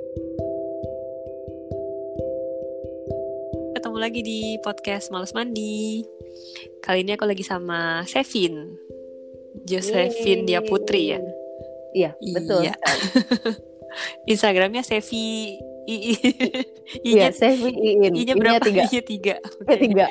Ketemu lagi di podcast Males Mandi. Kali ini aku lagi sama Sevin, Josephine Dia Putri ya. Iya, betul Iya. sekali. Instagramnya Sevi Iya, Sevi Iin. I-nya Ini berapa? 3. I-nya 3. Okay. 3.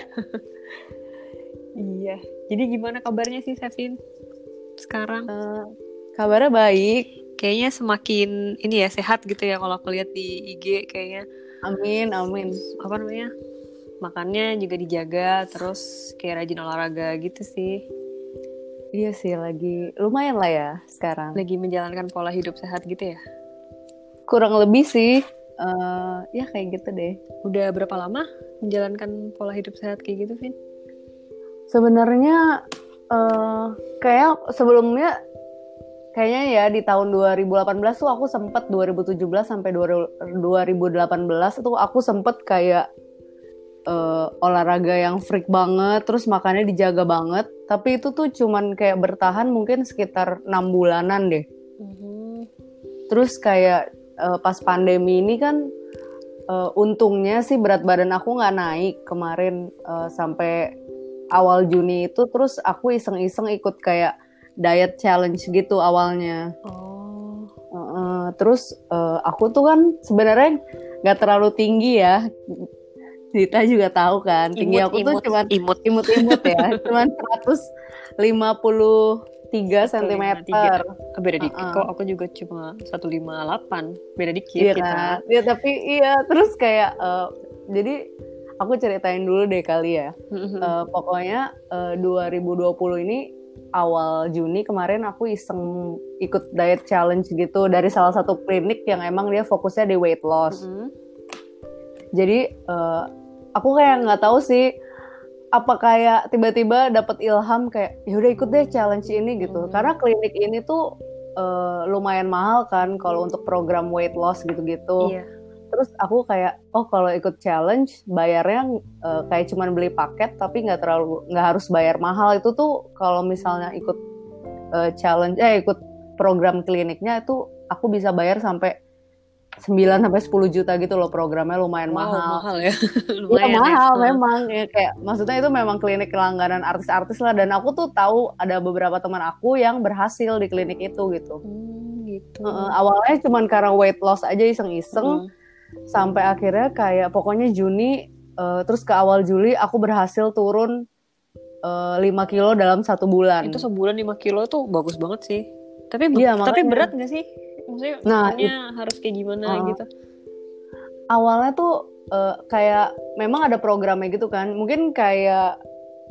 Iya. Jadi gimana kabarnya sih Sevin sekarang? Kabarnya baik. Kayaknya semakin ini ya, sehat gitu ya kalau aku lihat di IG kayaknya. Amin. Apa namanya? Makannya juga dijaga, terus kayak rajin olahraga gitu sih. Iya sih, lagi lumayan lah ya sekarang. Lagi menjalankan pola hidup sehat gitu ya? Kurang lebih sih, ya kayak gitu deh. Udah berapa lama menjalankan pola hidup sehat kayak gitu, Vin? Sebenarnya kayak sebelumnya kayaknya ya di tahun 2018 tuh aku sempet 2017 sampai 2018 tuh aku sempet kayak olahraga yang freak banget, terus makannya dijaga banget. Tapi itu tuh cuman kayak bertahan mungkin sekitar 6 bulanan deh. Terus kayak pas pandemi ini kan untungnya sih berat badan aku nggak naik kemarin sampai awal Juni itu. Terus aku iseng-iseng ikut kayak diet challenge gitu awalnya. Terus aku tuh kan sebenarnya nggak terlalu tinggi ya. Dita juga tahu kan, tinggi aku tuh cuma imut-imut ya, cuma 153 cm. Beda dikit kok, aku juga cuma 158, beda dikit iya kita. Kan? Ya tapi iya, terus kayak jadi aku ceritain dulu deh kali ya. Pokoknya 2020 ini awal Juni kemarin aku iseng ikut diet challenge gitu dari salah satu klinik yang emang dia fokusnya di weight loss. Jadi aku kayak nggak tahu sih apa kayak tiba-tiba dapat ilham kayak yaudah ikut deh challenge ini gitu. Karena klinik ini tuh lumayan mahal kan kalau untuk program weight loss gitu-gitu. Iya. Terus aku kayak kalau ikut challenge bayarnya kayak cuman beli paket tapi nggak harus bayar mahal. Itu tuh kalau misalnya ikut ikut program kliniknya itu aku bisa bayar sampai 9-10 juta gitu loh, programnya lumayan mahal. Mahal ya. Lumayan ya, mahal ya. Memang ya, kayak maksudnya itu memang klinik langganan artis-artis lah, dan aku tuh tahu ada beberapa teman aku yang berhasil di klinik itu gitu. Awalnya cuman karena weight loss aja iseng-iseng sampai akhirnya kayak pokoknya Juni terus ke awal Juli aku berhasil turun 5 kilo dalam 1 bulan. Itu sebulan 5 kilo tuh bagus banget sih. Tapi berat nggak sih? Maksudnya harus kayak gimana gitu? Awalnya tuh kayak memang ada programnya gitu kan. Mungkin kayak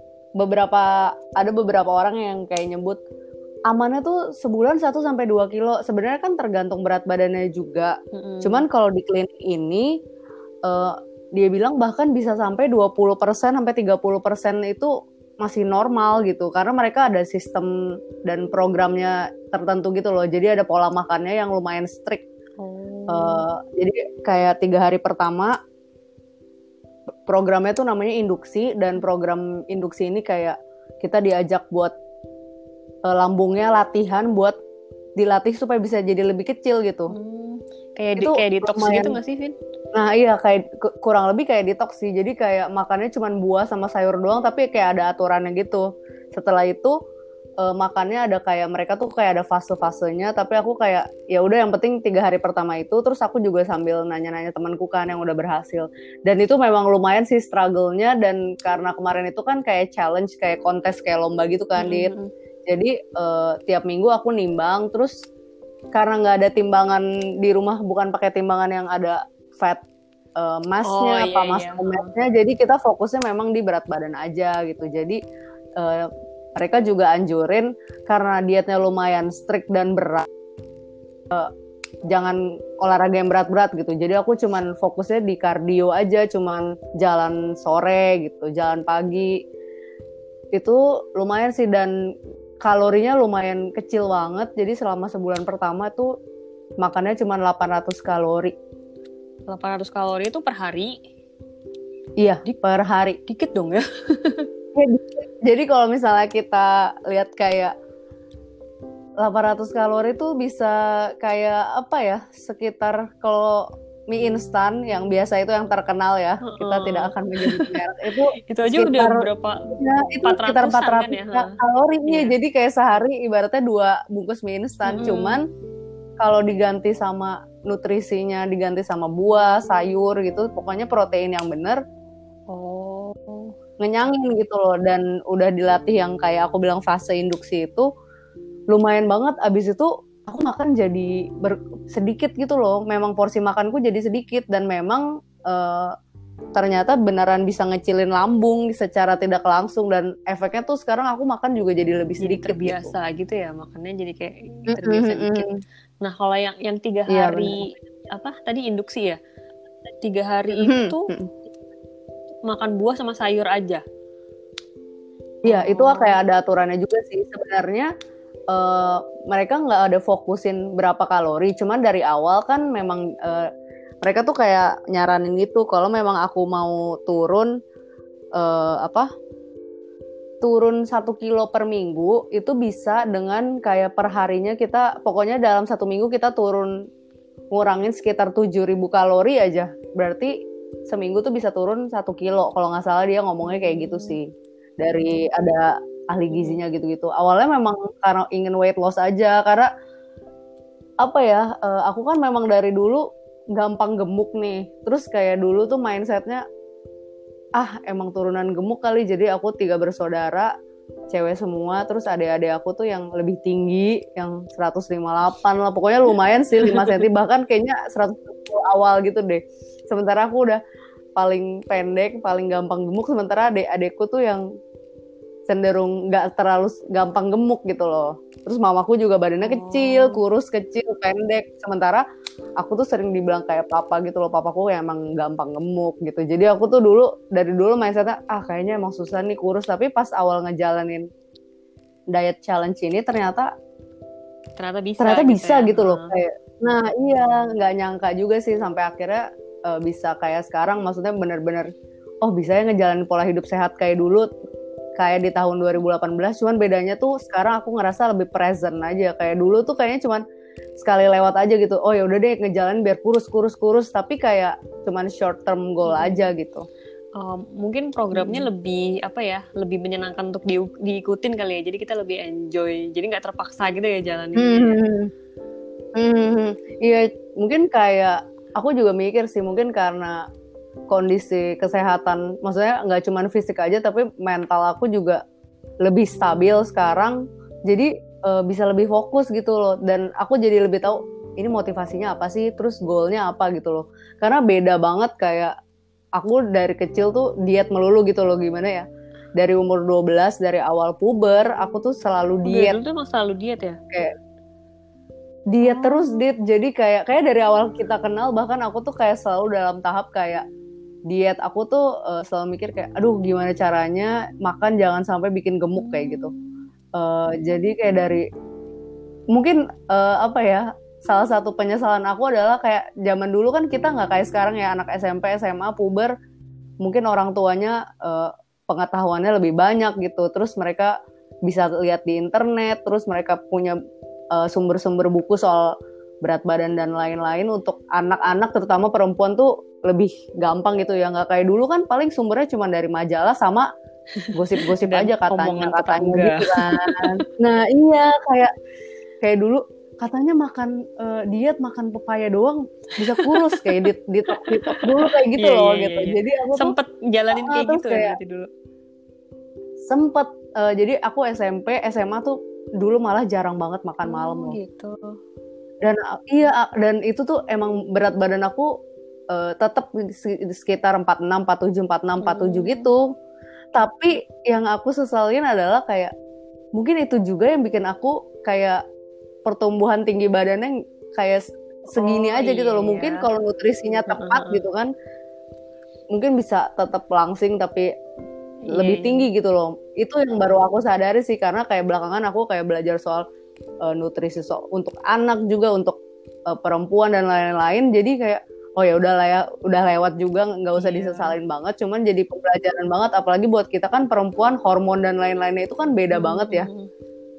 ada beberapa orang yang kayak nyebut amannya tuh sebulan 1-2 kilo. Sebenarnya kan tergantung berat badannya juga. Cuman kalau di klinik ini dia bilang bahkan bisa sampai 20% sampai 30% itu masih normal gitu, karena mereka ada sistem dan programnya tertentu gitu loh. Jadi ada pola makannya yang lumayan strict. Jadi kayak 3 hari pertama programnya tuh namanya induksi, dan program induksi ini kayak kita diajak buat lambungnya latihan buat dilatih supaya bisa jadi lebih kecil gitu. Kayak detox gitu nggak sih, Vin? Nah iya, kayak kurang lebih kayak detox sih. Jadi kayak makannya cuma buah sama sayur doang, tapi kayak ada aturannya gitu. Setelah itu makannya ada kayak mereka tuh kayak ada fase-fasenya. Tapi aku kayak ya udah, yang penting 3 hari pertama itu. Terus aku juga sambil nanya-nanya temanku kan yang udah berhasil. Dan itu memang lumayan sih struggle-nya. Dan karena kemarin itu kan kayak challenge, kayak kontes, kayak lomba gitu kan, Dit. Jadi tiap minggu aku nimbang. Terus karena nggak ada timbangan di rumah, bukan pakai timbangan yang ada fat massnya massnya, jadi kita fokusnya memang di berat badan aja gitu. Jadi mereka juga anjurin karena dietnya lumayan strict dan berat, jangan olahraga yang berat-berat gitu. Jadi aku cuman fokusnya di kardio aja, cuman jalan sore gitu, jalan pagi. Itu lumayan sih, dan kalorinya lumayan kecil banget. Jadi selama sebulan pertama tuh makannya cuma 800 kalori. 800 kalori itu per hari? Iya, per hari. Dikit dong ya. Jadi kalau misalnya kita lihat kayak 800 kalori tuh bisa kayak apa ya, sekitar kalau mie instan yang biasa itu yang terkenal ya, kita tidak akan menyebut merek itu aja udah berapa, ya, itu sekitar 400-an 400 kan ya? kalori Iya. jadi kayak sehari ibaratnya 2 bungkus mie instan. Cuman kalau diganti sama nutrisinya, diganti sama buah, sayur gitu, pokoknya protein yang bener, ngenyangin gitu loh. Dan udah dilatih yang kayak aku bilang fase induksi itu, lumayan banget. Abis itu aku makan jadi sedikit gitu loh. Memang porsi makanku jadi sedikit, dan memang ternyata beneran bisa ngecilin lambung secara tidak langsung, dan efeknya tuh sekarang aku makan juga jadi lebih sedikit. Jadi terbiasa gitu ya, makannya jadi kayak terbiasa dikit. Nah kalau yang 3 hari apa tadi induksi ya, 3 hari itu makan buah sama sayur aja. Iya, itu kayak ada aturannya juga sih sebenarnya. Mereka nggak ada fokusin berapa kalori, cuman dari awal kan memang mereka tuh kayak nyaranin gitu kalau memang aku mau turun turun 1 kilo per minggu, itu bisa dengan kayak perharinya kita, pokoknya dalam 1 minggu kita ngurangin sekitar 7.000 kalori aja, berarti seminggu tuh bisa turun 1 kilo kalau nggak salah, dia ngomongnya kayak gitu sih, dari ada ahli gizinya gitu-gitu. Awalnya memang karena ingin weight loss aja, karena apa ya, aku kan memang dari dulu gampang gemuk nih, terus kayak dulu tuh mindsetnya emang turunan gemuk kali, jadi aku 3 bersaudara cewek semua, terus adik-adik aku tuh yang lebih tinggi, yang 158 lah, pokoknya lumayan sih 5 cm, bahkan kayaknya 110 awal gitu deh. Sementara aku udah paling pendek, paling gampang gemuk, sementara adik-adikku tuh yang cenderung nggak terlalu gampang gemuk gitu loh. Terus mamaku juga badannya kecil, kurus, kecil, pendek. Sementara aku tuh sering dibilang kayak papa gitu loh. Papaku emang gampang gemuk gitu. Jadi aku tuh dari dulu mindsetnya kayaknya emang susah nih kurus. Tapi pas awal ngejalanin diet challenge ini ternyata bisa gitu loh. Kayak, nah iya, nggak nyangka juga sih sampai akhirnya bisa kayak sekarang. Maksudnya bener-bener bisa ya ngejalanin pola hidup sehat kayak dulu, kayak di tahun 2018, cuman bedanya tuh sekarang aku ngerasa lebih present aja. Kayak dulu tuh kayaknya cuman sekali lewat aja gitu, ya udah deh ngejalanin biar kurus, tapi kayak cuman short term goal aja gitu. Mungkin programnya lebih lebih menyenangkan untuk diikutin kali ya, jadi kita lebih enjoy, jadi nggak terpaksa gitu ya jalaninnya. Iya, mungkin kayak aku juga mikir sih, mungkin karena kondisi kesehatan, maksudnya nggak cuma fisik aja tapi mental aku juga lebih stabil sekarang, jadi bisa lebih fokus gitu loh, dan aku jadi lebih tahu ini motivasinya apa sih, terus goalnya apa gitu loh. Karena beda banget, kayak aku dari kecil tuh diet melulu gitu loh, gimana ya, dari umur 12, dari awal puber aku tuh selalu diet. Dulu tuh emang selalu diet ya? Kayak diet terus diet, jadi kayak dari awal kita kenal, bahkan aku tuh kayak selalu dalam tahap kayak diet. Aku tuh selalu mikir kayak gimana caranya makan jangan sampai bikin gemuk kayak gitu. Jadi kayak dari mungkin salah satu penyesalan aku adalah kayak zaman dulu kan kita nggak kayak sekarang ya, anak SMP, SMA, puber, mungkin orang tuanya pengetahuannya lebih banyak gitu, terus mereka bisa lihat di internet, terus mereka punya sumber-sumber buku soal berat badan dan lain-lain. Untuk anak-anak terutama perempuan tuh lebih gampang gitu ya, nggak kayak dulu kan paling sumbernya cuma dari majalah sama gosip-gosip aja katanya gitu kan. Nah iya, kayak dulu katanya makan diet makan pepaya doang bisa kurus, kayak di tok dulu kayak gitu loh gitu. Jadi aku sempet jalanin kayak gitu ya berarti dulu. Sempet, jadi aku SMP, SMA tuh dulu malah jarang banget makan malam loh. Gitu. Dan itu tuh emang berat badan aku tetap sekitar 46, 47, 46, 47 gitu. Tapi yang aku sesalin adalah kayak mungkin itu juga yang bikin aku kayak pertumbuhan tinggi badannya kayak segini aja gitu loh. Mungkin kalau nutrisinya tepat gitu kan, mungkin bisa tetap langsing tapi lebih tinggi gitu loh. Itu yang baru aku sadari sih, karena kayak belakangan aku kayak belajar soal nutrisi untuk anak juga, untuk perempuan dan lain-lain. Jadi kayak ya udahlah ya, udah lewat juga, nggak usah disesalin banget. Cuman jadi pembelajaran banget, apalagi buat kita kan perempuan, hormon dan lain-lainnya itu kan beda banget ya.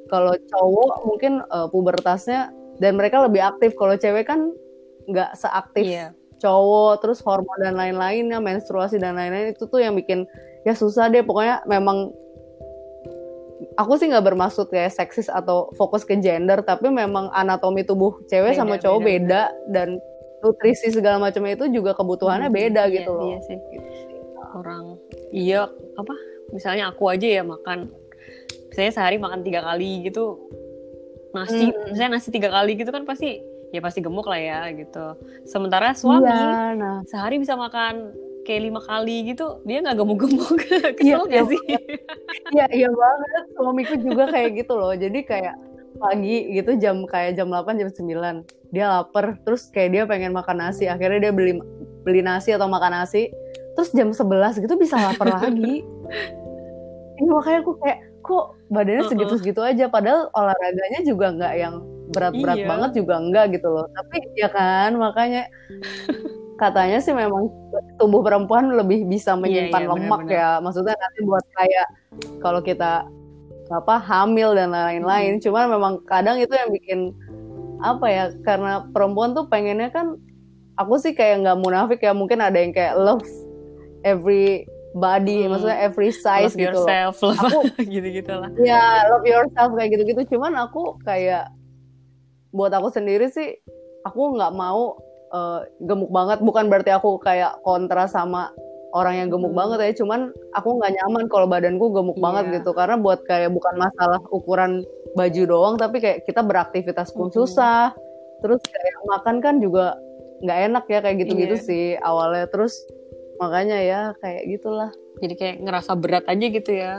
Kalau cowok mungkin pubertasnya dan mereka lebih aktif. Kalau cewek kan nggak seaktif cowok, terus hormon dan lain-lainnya, menstruasi dan lain-lain, itu tuh yang bikin ya susah deh. Pokoknya memang aku sih nggak bermaksud kayak seksis atau fokus ke gender, tapi memang anatomi tubuh cewek sama cowok beda dan nutrisi segala macamnya itu juga kebutuhannya beda gitu loh. Iya sih. Orang apa? Misalnya aku aja ya makan, misalnya sehari makan 3 kali gitu nasi, misalnya nasi 3 kali gitu kan pasti gemuk lah ya gitu. Sementara suami sehari bisa makan kayak 5 kali gitu, dia nggak gemuk-gemuk. Kesel gak sih? Iya banget, suamiku juga kayak gitu loh. Jadi kayak pagi gitu jam 8 jam 9 dia lapar, terus kayak dia pengen makan nasi, akhirnya dia beli nasi atau makan nasi, terus jam 11 gitu bisa lapar lagi. Ini makanya aku kayak kok badannya segitu-segitu aja, padahal olahraganya juga nggak yang berat-berat banget juga enggak gitu loh. Tapi ya kan, makanya katanya sih memang tubuh perempuan lebih bisa menyimpan lemak bener-bener. Ya. Maksudnya nanti buat kayak kalau kita hamil dan lain-lain. Cuman memang kadang itu yang bikin karena perempuan tuh pengennya kan, aku sih kayak nggak munafik ya, mungkin ada yang kayak love every body, maksudnya every size love gitu yourself, loh. Aku gitu-gitu lah. Ya, love yourself kayak gitu-gitu. Cuman aku kayak buat aku sendiri sih, aku nggak mau gemuk banget. Bukan berarti aku kayak kontra sama orang yang gemuk banget ya. Cuman aku nggak nyaman kalau badanku gemuk banget gitu. Karena buat kayak bukan masalah ukuran baju doang, tapi kayak kita beraktivitas pun susah. Terus kayak makan kan juga nggak enak ya kayak gitu-gitu sih awalnya. Terus makanya ya kayak gitulah. Jadi kayak ngerasa berat aja gitu ya.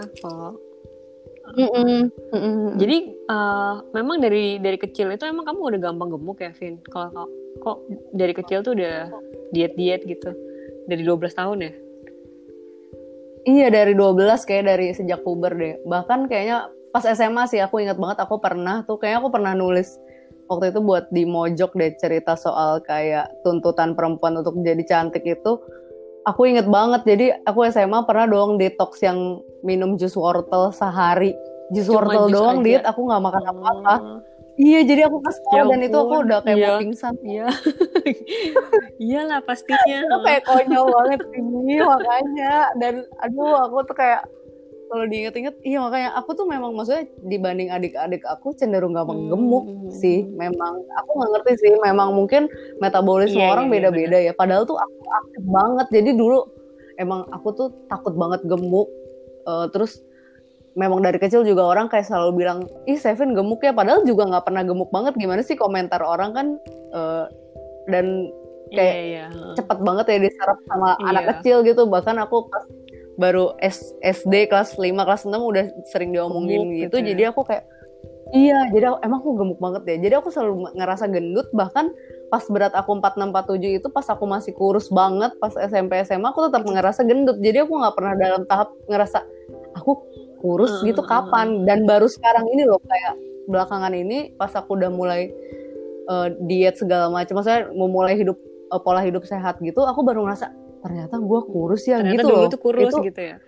Jadi memang dari kecil itu emang kamu udah gampang gemuk ya, Vin? Kalau kok dari kecil tuh udah diet gitu? Dari 12 tahun ya? Iya, dari 12 kayak dari sejak puber deh. Bahkan kayaknya pas SMA sih aku ingat banget aku pernah nulis waktu itu buat di Mojok deh, cerita soal kayak tuntutan perempuan untuk jadi cantik itu. Aku inget banget, jadi aku SMA pernah dong detox yang minum jus wortel sehari. Jus wortel doang, diet, aku gak makan apa-apa. Iya, jadi aku pas sekolah dan itu aku udah kayak mau pingsan. Iya. Iyalah pastinya. Itu kayak konyol banget ini makanya. Dan aduh, aku tuh kayak kalau diinget-inget, iya makanya aku tuh memang maksudnya dibanding adik-adik aku cenderung gampang gemuk sih. Memang aku nggak ngerti sih, memang mungkin metabolisme orang beda-beda ya. Padahal tuh aku aktif banget. Jadi dulu emang aku tuh takut banget gemuk. Terus memang dari kecil juga orang kayak selalu bilang, ih Sevin gemuk ya. Padahal juga nggak pernah gemuk banget. Gimana sih komentar orang kan? Dan kayak cepet banget ya diserap sama anak kecil gitu. Bahkan aku pas baru SD kelas 5, kelas 6 udah sering diomongin gitu. Jadi aku kayak jadi emang aku gemuk banget ya. Jadi aku selalu ngerasa gendut. Bahkan pas berat aku 46, 47 itu pas aku masih kurus banget. Pas SMP, SMA aku tetap ngerasa gendut. Jadi aku gak pernah dalam tahap ngerasa aku kurus gitu kapan. Dan baru sekarang ini loh, kayak belakangan ini pas aku udah mulai diet segala macam, maksudnya memulai pola hidup sehat gitu, aku baru ngerasa ternyata gue kurus ya. Ternyata gitu dulu loh. Tuh kurus itu, gitu ya.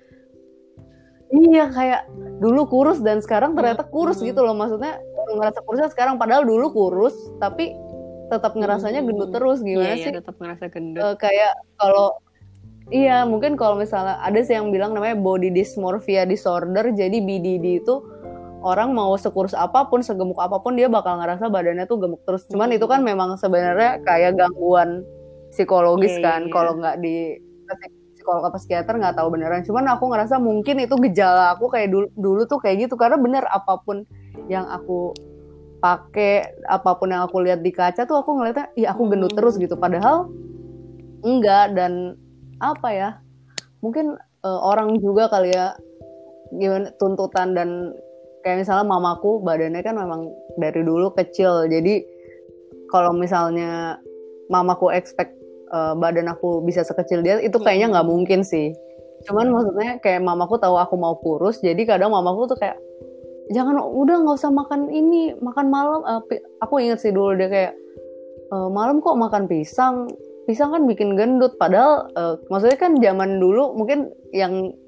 Iya, kayak dulu kurus dan sekarang ternyata kurus gitu loh. Maksudnya ngerasa kurusnya sekarang, padahal dulu kurus tapi tetap ngerasanya gendut terus. Gimana sih? Iya, tetap ngerasa gendut. Kayak kalau mungkin kalau misalnya ada sih yang bilang namanya body dysmorphia disorder. Jadi BDD itu orang mau sekurus apapun, segemuk apapun, dia bakal ngerasa badannya tuh gemuk terus. Cuman itu kan memang sebenarnya kayak gangguan psikologis kan. Kalau nggak di psikolog apa psikiater nggak tahu beneran. Cuman aku ngerasa mungkin itu gejala aku kayak dulu tuh kayak gitu. Karena bener apapun yang aku pakai, apapun yang aku lihat di kaca tuh aku ngeliatnya, iya aku gendut terus gitu. Padahal enggak. Dan apa ya? Mungkin orang juga kali ya, gimana tuntutan. Dan kayak misalnya mamaku badannya kan memang dari dulu kecil. Jadi kalau misalnya mamaku expect badan aku bisa sekecil dia, itu kayaknya nggak mungkin sih. Cuman maksudnya kayak mamaku tahu aku mau kurus, jadi kadang mamaku tuh kayak udah nggak usah makan ini, makan malam. Aku inget sih dulu dia kayak malam kok makan pisang kan bikin gendut. Padahal maksudnya kan zaman dulu mungkin yang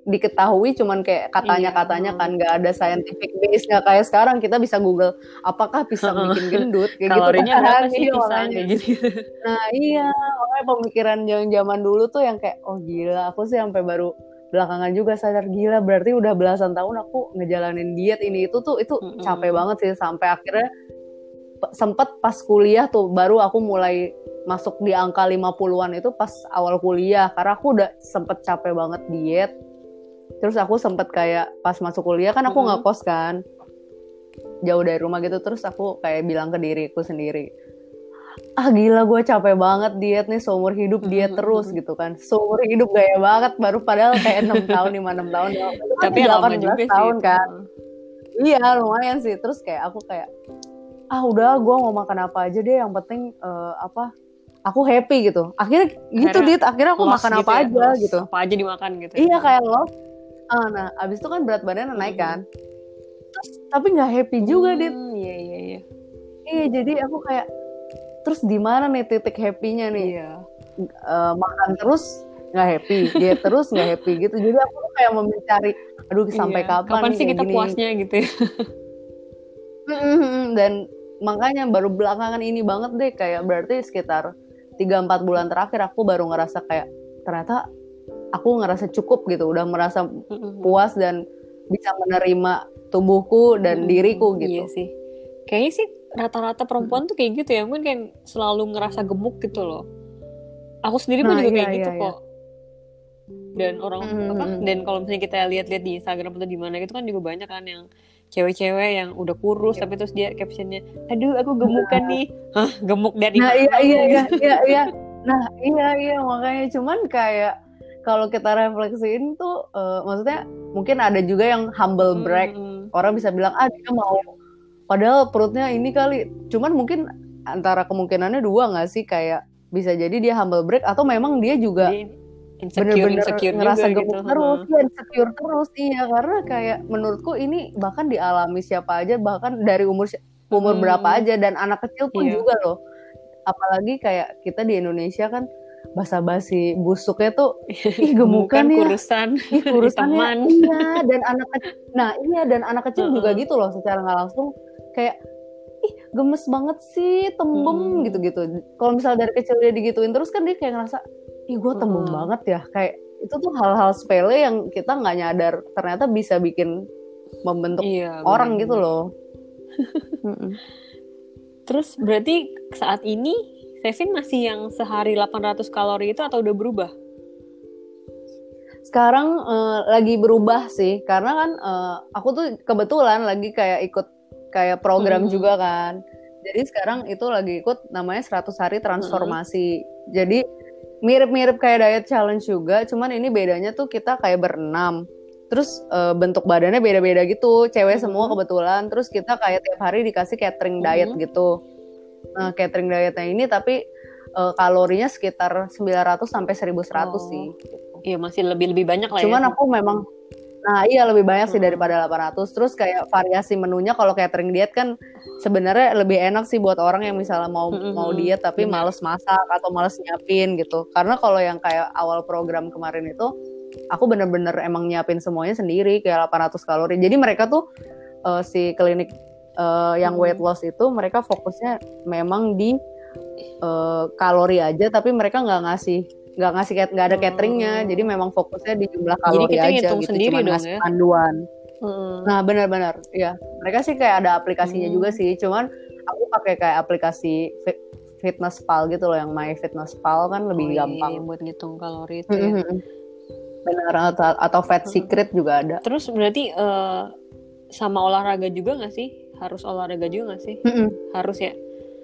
diketahui cuman kayak katanya-katanya kan, nggak ada scientific base, nggak kayak sekarang kita bisa Google apakah pisang bikin gendut kayak gitu kalorinya kan. berapa sih Iya, pisang makanya. kayak gitu. Nah iya, makanya pemikiran yang zaman dulu tuh yang kayak oh gila, aku sih sampai baru belakangan juga sadar gila berarti udah belasan tahun aku ngejalanin diet ini itu capek banget sih, sampai akhirnya sempet pas kuliah tuh baru aku mulai masuk di angka 50-an itu pas awal kuliah, karena aku udah sempet capek banget diet. Terus aku sempet kayak pas masuk kuliah kan aku ngekos kan, jauh dari rumah gitu, terus aku kayak bilang ke diriku sendiri, ah gila gue capek banget diet nih, seumur hidup diet terus gitu kan. Seumur hidup gaya banget, baru padahal kayak 6 tahun, 5-6 tahun. Tapi lama juga tahun sih kan. Iya lumayan sih, terus kayak aku kayak, ah udah gue mau makan apa aja deh, yang penting aku happy gitu. Akhirnya gitu dit, akhirnya aku makan gitu apa ya, aja gitu. Apa aja dimakan gitu. Iya kayak loss. Nah abis itu kan berat badannya naik kan. Tapi nggak happy juga dit. Iya. Iya jadi aku kayak, terus di mana nih titik happy-nya nih? Iya. Makan terus nggak happy, diet terus nggak happy gitu. Jadi aku tuh kayak mencari, aduh sampai kapan nih sih kita gini? puasnya gitu ya. Dan makanya baru belakangan ini banget deh, kayak berarti sekitar 3-4 bulan terakhir aku baru ngerasa kayak ternyata aku ngerasa cukup gitu, udah merasa puas dan bisa menerima tubuhku dan diriku gitu. Iya sih, kayaknya sih rata-rata perempuan tuh kayak gitu ya, mungkin kayak selalu ngerasa gemuk gitu loh. Aku sendiri pun juga kayak gitu kok. Dan dan kalau misalnya kita lihat-lihat di Instagram atau di mana gitu kan juga banyak kan yang cewek-cewek yang udah kurus tapi terus dia captionnya, aduh aku gemukan nih. Hah, gemuk dari mana? Iya. Nah iya makanya cuman kayak kalau kita refleksiin tuh maksudnya mungkin ada juga yang humble brag. Orang bisa bilang dia mau, padahal perutnya ini kali. Cuman mungkin antara kemungkinannya dua nggak sih, kayak bisa jadi dia humble brag atau memang dia juga bener-bener ngerasa gemuk gitu. Terus ya insecure terus. Iya karena kayak menurutku ini bahkan dialami siapa aja, bahkan dari umur berapa aja, dan anak kecil pun juga loh. Apalagi kayak kita di Indonesia kan basa-basi busuknya tuh gemukan ya, kurusan ya. Iya dan anak kecil juga gitu loh, secara nggak langsung kayak gemes banget sih, tembem gitu-gitu. Kalau misalnya dari kecil dia digituin terus kan dia kayak ngerasa gue tembem banget ya. Kayak itu tuh hal-hal sepele yang kita nggak nyadar ternyata bisa bikin membentuk orang gitu loh. Terus berarti saat ini Sevin masih yang sehari 800 kalori itu atau udah berubah? Sekarang lagi berubah sih, karena kan aku tuh kebetulan lagi kayak ikut kayak program juga kan. Jadi sekarang itu lagi ikut namanya 100 hari transformasi. Jadi mirip-mirip kayak diet challenge juga, cuman ini bedanya tuh kita kayak berenam. Terus bentuk badannya beda-beda gitu, cewek semua kebetulan. Terus kita kayak tiap hari dikasih catering diet gitu. Nah, catering dietnya ini tapi kalorinya sekitar 900 sampai 1100 sih. Gitu. Iya, masih lebih banyak lah. Cuman aku memang lebih banyak sih daripada 800. Terus kayak variasi menunya kalau catering diet kan sebenarnya lebih enak sih buat orang yang misalnya mau diet tapi males masak atau males nyiapin gitu. Karena kalau yang kayak awal program kemarin itu aku bener-bener emang nyiapin semuanya sendiri kayak 800 kalori. Jadi mereka tuh si klinik yang weight loss itu mereka fokusnya memang di kalori aja, tapi mereka nggak ada cateringnya. Jadi memang fokusnya di jumlah kalori aja gitu, cuma ngasih panduan. Nah benar-benar ya, mereka sih kayak ada aplikasinya juga sih, cuman aku pakai kayak aplikasi Fitness Pal gitu loh, yang My Fitness Pal kan lebih gampang buat ngitung kalori itu ya. Benar, atau Fat Secret juga ada. Terus berarti sama olahraga juga nggak sih? Harus olahraga juga nggak sih? Harus ya.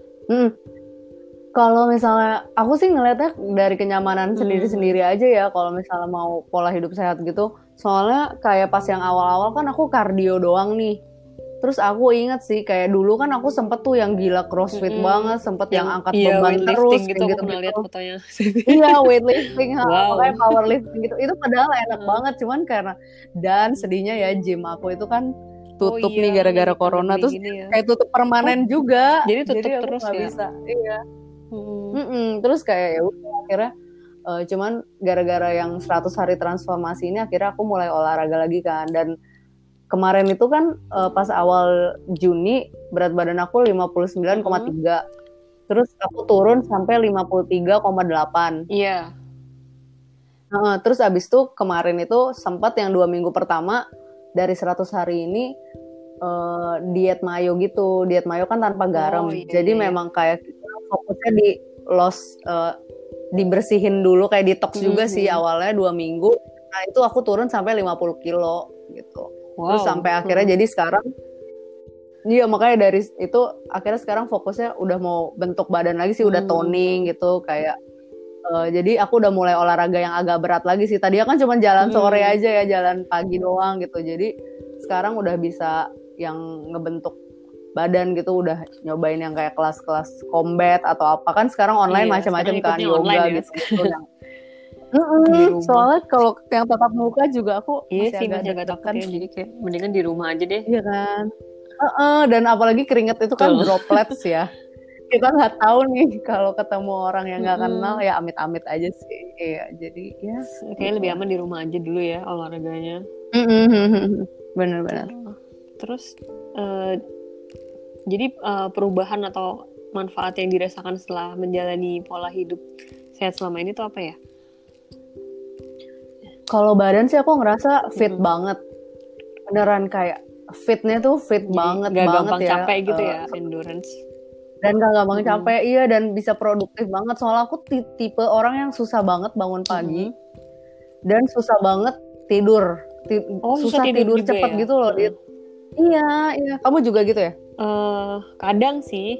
Kalau misalnya aku sih ngeliatnya dari kenyamanan sendiri-sendiri aja ya, kalau misalnya mau pola hidup sehat gitu. Soalnya kayak pas yang awal-awal kan aku kardio doang nih. Terus aku inget sih kayak dulu kan aku sempet tuh yang gila crossfit banget, sempet yang angkat beban terus gitu. Aku pernah lihat fotonya. Iya, weightlifting, kayak powerlifting gitu. Itu padahal enak banget, cuman karena dan sedihnya ya gym aku itu kan tutup nih gara-gara corona, terus kayak tutup permanen juga. Jadi tutup aku terus gak ya. Bisa. Iya. Terus kayak ya udah akhirnya Cuman gara-gara yang 100 hari transformasi ini akhirnya aku mulai olahraga lagi kan. Dan kemarin itu kan pas awal Juni berat badan aku 59,3. Terus aku turun sampai 53,8. Iya. Terus abis itu kemarin itu sempat yang 2 minggu pertama dari 100 hari ini diet mayo gitu. Diet mayo kan tanpa garam. Jadi memang kayak fokusnya di loss, dibersihin dulu kayak detox juga sih awalnya 2 minggu. Nah itu aku turun sampai 50 kilo gitu. Terus sampai akhirnya jadi sekarang, iya makanya dari itu akhirnya sekarang fokusnya udah mau bentuk badan lagi sih, udah toning gitu kayak. Jadi aku udah mulai olahraga yang agak berat lagi sih. Tadinya kan cuma jalan sore aja ya, jalan pagi doang gitu. Jadi sekarang udah bisa yang ngebentuk badan gitu, udah nyobain yang kayak kelas-kelas combat atau apa kan sekarang online macam-macam kan, yoga gitu. Soalnya kalau yang tatap muka juga aku masih agak takut ya, jadi kayak mendingan di rumah aja deh. Iya kan. Dan apalagi keringet itu kan droplets ya. Kita nggak tahu nih kalau ketemu orang yang nggak kenal ya amit-amit aja sih. Iya, jadi ya kayak lebih aman di rumah aja dulu ya olahraganya. Bener-bener. Terus jadi perubahan atau manfaat yang dirasakan setelah menjalani pola hidup sehat selama ini tuh apa ya? Kalau badan sih aku ngerasa fit banget. Beneran kayak fitnya tuh fit banget gak banget gampang ya. Capek gitu ya, endurance. Dan gak gampang capek, iya, dan bisa produktif banget. Soalnya aku tipe orang yang susah banget bangun pagi. Dan susah banget tidur. Susah tidur cepet ya? Gitu loh. Iya. Kamu juga gitu ya? Kadang sih.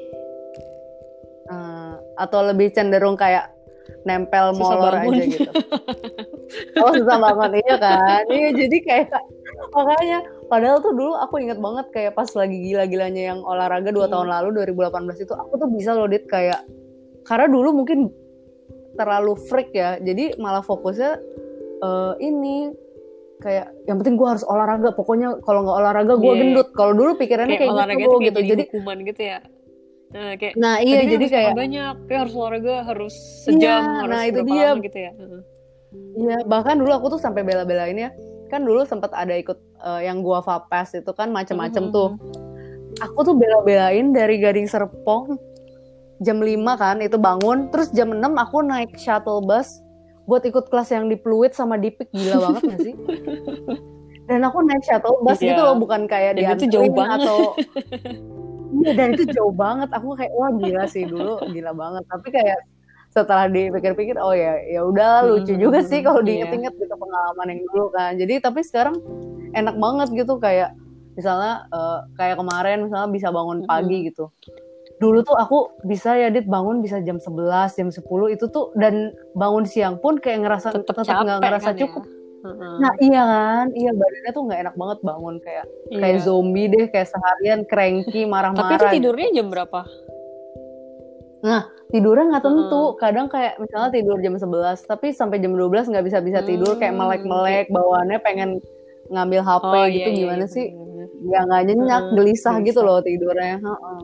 Atau lebih cenderung kayak nempel molor aja gitu. Susah banget, iya kan? Iya, jadi kayak makanya padahal tuh dulu aku inget banget kayak pas lagi gila-gilanya yang olahraga 2 tahun lalu 2018 itu aku tuh bisa loh Dit kayak, karena dulu mungkin terlalu freak ya, jadi malah fokusnya ini kayak yang penting gue harus olahraga, pokoknya kalau nggak olahraga gue gendut. Kalau dulu pikirannya kayak gitu jadi hukuman gitu ya. Nah iya, jadi kayak banyak kayak harus olahraga, harus sejam, harus itu berapa lama gitu ya. Iya, bahkan dulu aku tuh sampai bela-belain ya. Kan dulu sempat ada ikut yang Guava Pass itu kan macam-macam tuh. Aku tuh bela-belain dari Gading Serpong jam 5 kan itu bangun, terus jam 6 aku naik shuttle bus buat ikut kelas yang di Pluit sama Dipik. Gila banget gak sih? Dan aku naik shuttle bus gitu loh, bukan kayak dianterin atau iya, dan itu jauh banget. Aku kayak wah gila sih, dulu gila banget. Tapi kayak setelah dipikir-pikir, oh ya udah lucu juga sih kalau diinget-inget gitu pengalaman yang dulu kan. Jadi tapi sekarang enak banget gitu, kayak misalnya kayak kemarin misalnya bisa bangun pagi gitu. Dulu tuh aku bisa ya Dit bangun bisa jam 11, jam 10 itu tuh, dan bangun siang pun kayak ngerasa tetap nggak ngerasa kan cukup. Nah iya kan, iya badannya tuh nggak enak banget bangun kayak zombie deh, kayak seharian cranky, marah-marah. Tapi itu tidurnya jam berapa? Nah tidurnya nggak tentu, kadang kayak misalnya tidur jam 11 tapi sampai jam 12 nggak bisa tidur, kayak melek-melek bawaannya pengen ngambil HP gitu. Gimana sih ya nggak nyenyak, gelisah gitu loh tidurnya.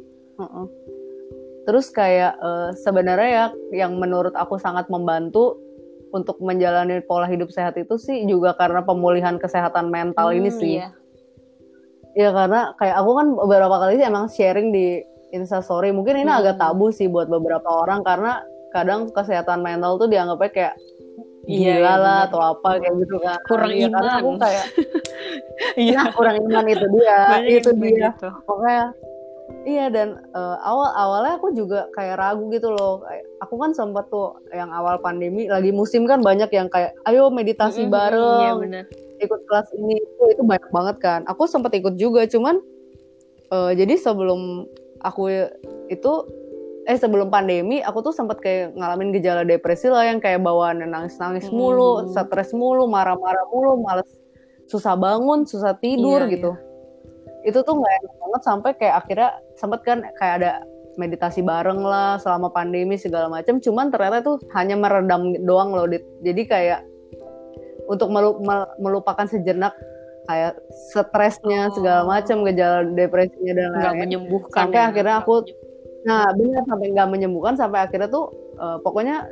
Terus kayak sebenarnya ya yang menurut aku sangat membantu untuk menjalani pola hidup sehat itu sih juga karena pemulihan kesehatan mental ini sih. Ya karena kayak aku kan beberapa kali sih emang sharing di Instastory, mungkin ini agak tabu sih buat beberapa orang karena kadang kesehatan mental tuh dianggapnya kayak gila lah atau apa kayak gitu kan. Kurang iman. Karena aku kayak kurang iman itu dia. Itu dia. Pokoknya iya, dan awalnya aku juga kayak ragu gitu loh. Aku kan sempat tuh yang awal pandemi lagi musim kan banyak yang kayak ayo meditasi bareng, ikut kelas ini itu banyak banget kan. Aku sempat ikut juga, cuman jadi sebelum aku itu sebelum pandemi aku tuh sempat kayak ngalamin gejala depresi lah, yang kayak bawaan nangis-nangis mulu, stres mulu, marah-marah mulu, males, susah bangun, susah tidur gitu. Itu tuh nggak enak banget sampai kayak akhirnya sempet kan kayak ada meditasi bareng lah selama pandemi segala macam, cuman ternyata tuh hanya meredam doang loh Dit. Jadi kayak untuk melupakan sejenak kayak stresnya segala macam, gejala depresinya dan lain-lain. Nggak menyembuhkan. Sampai akhirnya aku sampai nggak menyembuhkan, sampai akhirnya tuh pokoknya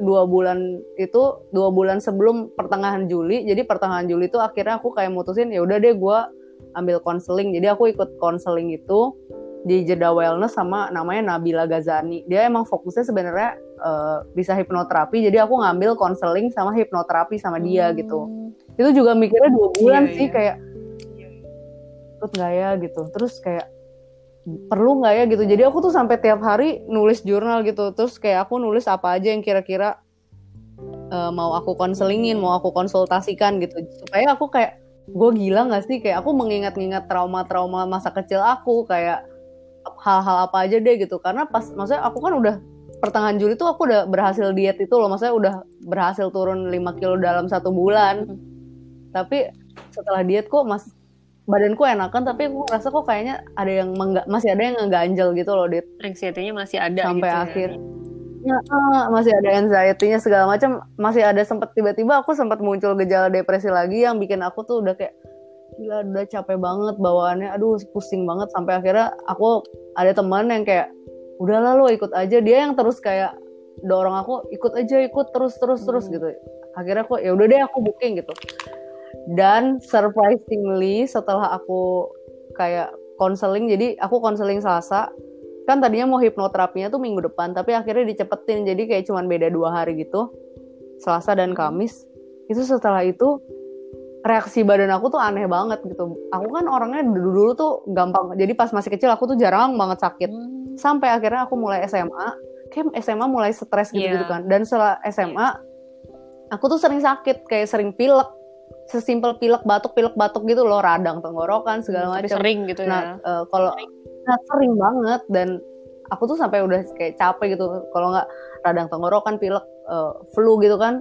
2 bulan sebelum pertengahan Juli. Jadi pertengahan Juli itu akhirnya aku kayak mutusin ya udah deh gue ambil konseling. Jadi aku ikut konseling itu di Jeddah Wellness sama namanya Nabila Ghazani. Dia emang fokusnya sebenarnya bisa hipnoterapi. Jadi aku ngambil konseling sama hipnoterapi sama dia gitu. Itu juga mikirnya 2 bulan sih kayak ikut nggak ya gitu. Terus kayak perlu nggak ya gitu. Jadi aku tuh sampai tiap hari nulis jurnal gitu. Terus kayak aku nulis apa aja yang kira-kira mau aku konselingin, mau aku konsultasikan gitu. Supaya aku kayak gue gila nggak sih, kayak aku mengingat-ingat trauma-trauma masa kecil aku, kayak hal-hal apa aja deh gitu. Karena maksudnya aku kan udah pertengahan Juli tuh aku udah berhasil diet itu loh, maksudnya udah berhasil turun 5 kilo dalam 1 bulan. Tapi setelah diet kok badanku enakan, tapi aku ngerasa kok kayaknya ada yang masih ada yang ngeganjel gitu loh, Dit. Anxiety-nya masih ada sampai gitu akhir. Ya, masih ada anxiety-nya segala macam, masih ada tiba-tiba aku sempat muncul gejala depresi lagi yang bikin aku tuh udah kayak gila, udah capek banget bawaannya, aduh pusing banget. Sampai akhirnya aku ada teman yang kayak udahlah lo ikut aja, dia yang terus kayak dorong aku ikut terus gitu. Akhirnya aku ya udah deh aku booking gitu. Dan surprisingly setelah aku kayak konseling, jadi aku konseling Selasa, kan tadinya mau hipnoterapinya tuh minggu depan, tapi akhirnya dicepetin, jadi kayak cuman beda 2 hari gitu, Selasa dan Kamis. Itu setelah itu reaksi badan aku tuh aneh banget gitu. Aku kan orangnya dulu tuh gampang, jadi pas masih kecil aku tuh jarang banget sakit. Sampai akhirnya aku mulai SMA, kayak SMA mulai stres gitu kan. Dan setelah SMA aku tuh sering sakit, kayak sering pilek, sesimpel pilek batuk gitu loh, radang tenggorokan segala macam. Sering gitu ya. Nah, kalau sering banget, dan aku tuh sampai udah kayak capek gitu kalau nggak radang tenggorokan, pilek, flu gitu kan,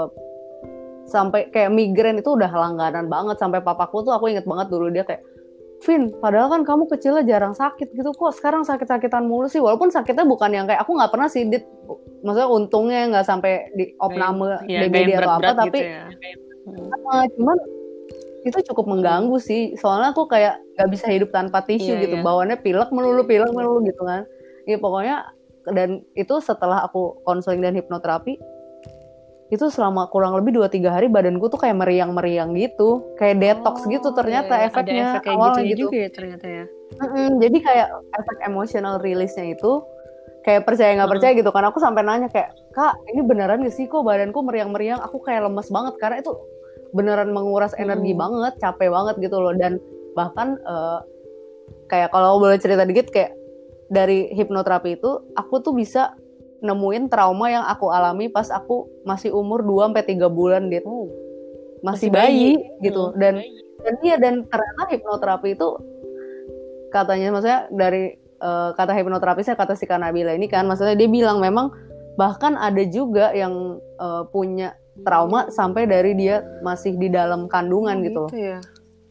sampai kayak migrain itu udah langganan banget. Sampai papaku tuh aku inget banget dulu, dia kayak, Vin, padahal kan kamu kecilnya jarang sakit gitu, kok sekarang sakit-sakitan mulu sih. Walaupun sakitnya bukan yang kayak, aku nggak pernah sih, Dit, maksudnya untungnya nggak sampai di opname DBD atau apa, tapi gitu ya. Cuman itu cukup mengganggu sih, soalnya aku kayak gak bisa hidup tanpa tisu gitu, bawaannya pilek melulu gitu kan. Ya pokoknya, dan itu setelah aku konseling dan hipnoterapi, itu selama kurang lebih 2-3 hari badanku tuh kayak meriang-meriang gitu, kayak detox gitu ternyata efeknya. Ada efek kayak awalnya gitu juga ya ternyata ya. Jadi kayak efek emotional release-nya itu kayak percaya nggak percaya gitu kan. Aku sampai nanya kayak, Kak, ini beneran gak sih kok badanku meriang-meriang, aku kayak lemes banget, karena itu beneran menguras energi banget, capek banget gitu loh. Dan bahkan kayak kalau boleh cerita dikit, kayak dari hipnoterapi itu aku tuh bisa nemuin trauma yang aku alami pas aku masih umur 2-3 bulan gitu. Masih bayi gitu. Dan ternyata hipnoterapi itu katanya, maksudnya dari kata hipnoterapisnya, kata si Nabila ini kan, maksudnya dia bilang memang bahkan ada juga yang punya trauma sampai dari dia masih di dalam kandungan gitu loh. Ya.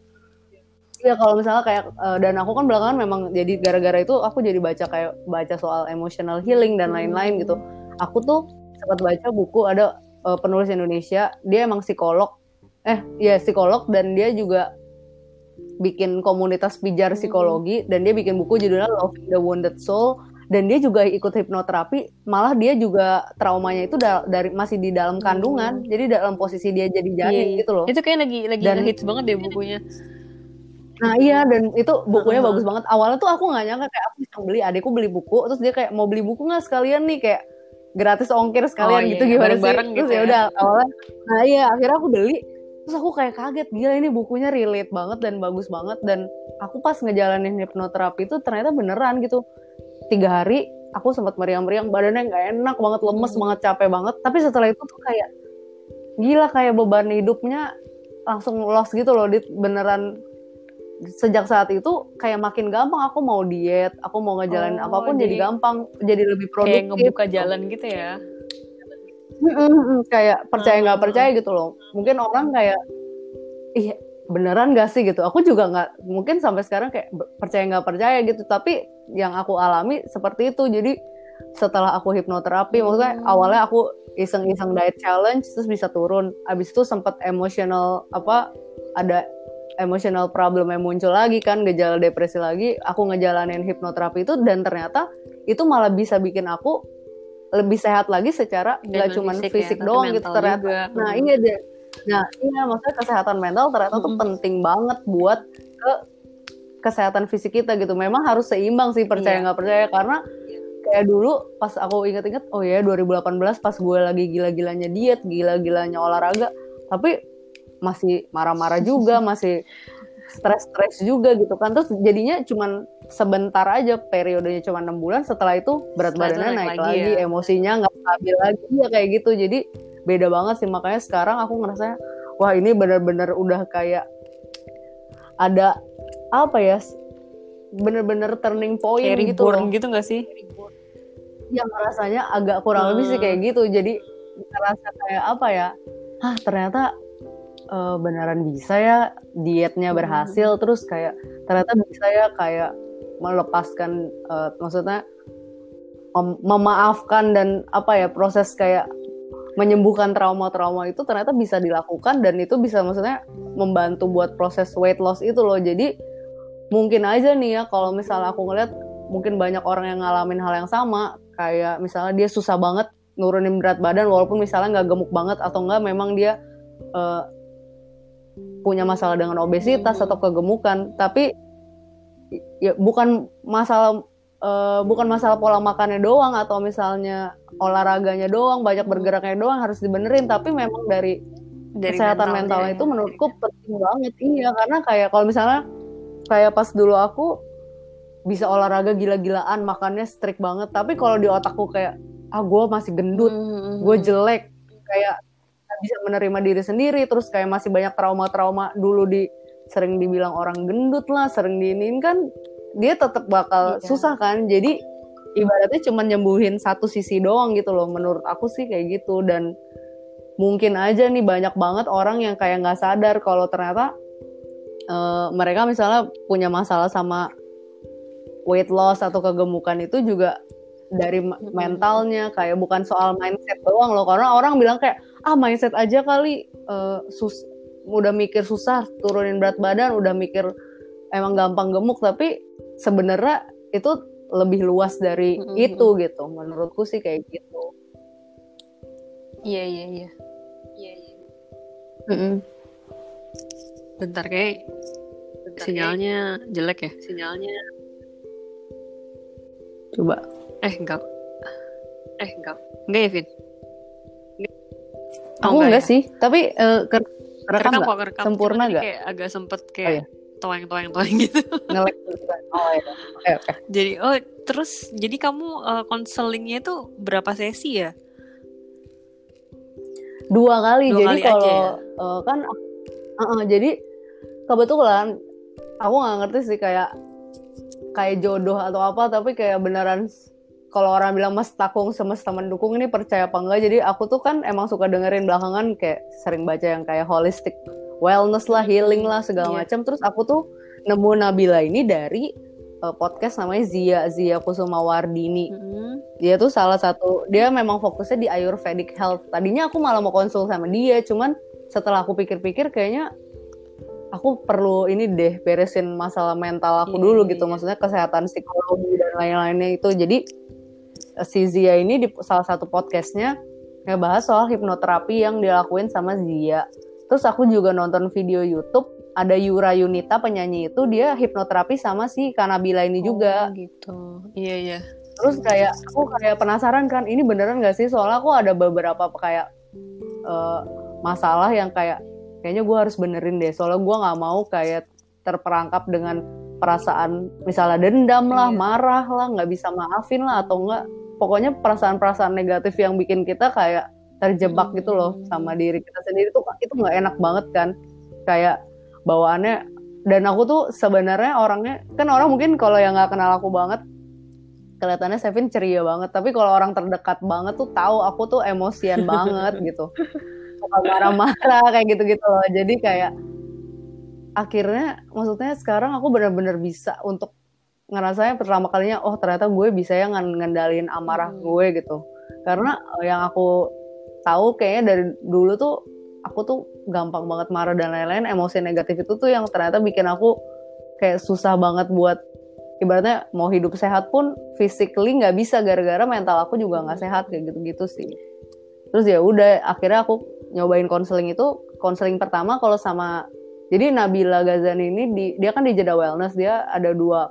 Iya, kalau misalnya kayak dan aku kan belakangan memang jadi gara-gara itu aku jadi baca soal emotional healing dan lain-lain gitu. Aku tuh sempat baca buku, ada penulis Indonesia, dia emang psikolog. Psikolog, dan dia juga bikin komunitas pijar psikologi, dan dia bikin buku judulnya Loving the Wounded Soul, dan dia juga ikut hipnoterapi. Malah dia juga traumanya itu dari masih di dalam kandungan, jadi dalam posisi dia jadi janin gitu loh. Itu kayak lagi hits banget deh bukunya. Nah iya, dan itu bukunya bagus banget. Awalnya tuh aku nggak nyangka, kayak aku bisa beli, adikku beli buku, terus dia kayak mau beli buku nggak sekalian nih, kayak gratis ongkir sekalian gitu, gimana sih? Terus gitu ya udah awalnya, nah iya akhirnya aku beli, terus aku kayak kaget, gila ini bukunya relate banget dan bagus banget. Dan aku pas ngejalanin hipnoterapi itu ternyata beneran gitu, 3 hari aku sempat meriang-meriang, badannya nggak enak banget, lemes banget, capek banget. Tapi setelah itu tuh kayak gila, kayak beban hidupnya langsung lost gitu loh, beneran. Sejak saat itu kayak makin gampang aku mau diet, aku mau ngejalanin apapun jadi gampang, jadi lebih produktif. Kayak ngebuka jalan gitu ya. Kayak percaya nggak percaya gitu loh. Mungkin orang kayak, ih beneran gak sih gitu. Aku juga nggak, mungkin sampai sekarang kayak percaya nggak percaya gitu. Tapi yang aku alami seperti itu. Jadi setelah aku hipnoterapi, maksudnya awalnya aku iseng-iseng diet challenge, terus bisa turun. Abis itu sempat ada emotional problem yang muncul lagi kan, gejala depresi lagi. Aku ngejalanin hipnoterapi itu, dan ternyata itu malah bisa bikin aku lebih sehat lagi secara nggak cuma fisik ya, doang gitu ternyata juga. Nah iya deh, nah iya maksudnya kesehatan mental ternyata tuh penting banget buat kesehatan fisik kita gitu. Memang harus seimbang sih, percaya nggak percaya, karena kayak dulu pas aku inget-inget, oh ya 2018 pas gue lagi gila-gilanya diet, gila-gilanya olahraga, tapi masih marah-marah juga, masih stres juga gitu kan. Terus jadinya cuman sebentar aja, periodenya cuma 6 bulan, setelah itu berat badannya naik lagi ya. Emosinya nggak stabil lagi ya kayak gitu. Jadi beda banget sih, makanya sekarang aku ngerasa wah ini benar-benar udah kayak ada apa ya, bener-bener turning point kayak gitu loh. Gitu gak sih? Yang rasanya agak kurang lebih sih kayak gitu. Jadi ngerasa kayak apa ya, ternyata beneran bisa ya dietnya berhasil, terus kayak ternyata bisa ya kayak melepaskan, maksudnya memaafkan dan apa ya, proses kayak menyembuhkan trauma-trauma itu ternyata bisa dilakukan, dan itu bisa maksudnya membantu buat proses weight loss itu loh. Jadi mungkin aja nih ya kalau misalnya aku ngeliat mungkin banyak orang yang ngalamin hal yang sama, kayak misalnya dia susah banget nurunin berat badan walaupun misalnya nggak gemuk banget, atau nggak memang dia punya masalah dengan obesitas atau kegemukan, tapi ya bukan masalah pola makannya doang atau misalnya olahraganya doang, banyak bergeraknya doang harus dibenerin, tapi memang dari kesehatan mentalnya itu menurutku penting banget. Iya, karena kayak kalau misalnya kayak pas dulu aku bisa olahraga gila-gilaan, makannya strict banget, tapi kalau di otakku kayak gue masih gendut, gue jelek, kayak bisa menerima diri sendiri, terus kayak masih banyak trauma-trauma dulu, sering dibilang orang gendut lah, sering diinin kan, dia tetap bakal susah kan. Jadi ibaratnya cuma nyembuhin satu sisi doang gitu loh, menurut aku sih kayak gitu. Dan mungkin aja nih banyak banget orang yang kayak nggak sadar kalau ternyata mereka misalnya punya masalah sama weight loss atau kegemukan itu juga dari mentalnya, kayak bukan soal mindset doang loh. Karena orang bilang kayak mindset aja kali, udah mikir susah turunin berat badan, udah mikir emang gampang gemuk, tapi sebenarnya itu lebih luas dari itu gitu. Menurutku sih kayak gitu. Iya. Bentar, kayak sinyalnya jelek ya? Coba. Enggak ya, Vin? Aku enggak sih, tapi kerekam kok, sempurna nggak? Kayak agak sempet kayak toeng gitu. Ngelek. Okay. Jadi terus jadi kamu konselingnya itu berapa sesi ya? 2 kali. Jadi kalau kan jadi kebetulan aku nggak ngerti sih kayak jodoh atau apa, tapi kayak beneran kalau orang bilang mas takung semesta mendukung, ini percaya apa enggak. Jadi aku tuh kan emang suka dengerin belakangan, kayak sering baca yang kayak holistic wellness lah, healing lah, segala macam. Terus aku tuh nemu Nabila ini dari podcast namanya Zia Kusumawardini. Dia tuh salah satu, dia memang fokusnya di Ayurvedic health. Tadinya aku malah mau konsul sama dia, cuman setelah aku pikir-pikir kayaknya aku perlu ini deh, beresin masalah mental aku dulu gitu. Maksudnya kesehatan psikologi dan lain-lainnya itu. Jadi si Zia ini di salah satu podcastnya ngebahas soal hipnoterapi yang dilakuin sama Zia. Terus aku juga nonton video YouTube, ada Yura Yunita penyanyi itu, dia hipnoterapi sama si Nabila ini juga. Gitu. Iya. Terus kayak aku kayak penasaran kan, ini beneran gak sih? Soalnya aku ada beberapa kayak masalah yang kayaknya gue harus benerin deh. Soalnya gue gak mau kayak terperangkap dengan perasaan misalnya dendam lah, marah lah, gak bisa maafin lah, atau enggak, pokoknya perasaan-perasaan negatif yang bikin kita kayak terjebak gitu loh sama diri kita sendiri tuh, itu nggak enak banget kan, kayak bawaannya. Dan aku tuh sebenarnya orangnya kan, orang mungkin kalau yang nggak kenal aku banget kelihatannya Sevin ceria banget, tapi kalau orang terdekat banget tuh tahu aku tuh emosian banget gitu, suka marah-marah kayak gitu-gitu loh. Jadi kayak akhirnya maksudnya sekarang aku benar-benar bisa untuk ngerasanya pertama kalinya, ternyata gue bisa ya ngendalin amarah gue gitu. Karena yang aku tahu kayaknya dari dulu tuh aku tuh gampang banget marah dan lain-lain, emosi negatif itu tuh yang ternyata bikin aku kayak susah banget buat ibaratnya mau hidup sehat pun physically nggak bisa gara-gara mental aku juga nggak sehat kayak gitu-gitu sih. Terus ya udah akhirnya aku nyobain konseling itu. Konseling pertama kalau sama, jadi Nabila Ghazani ini dia kan di Jeddah Wellness, dia ada dua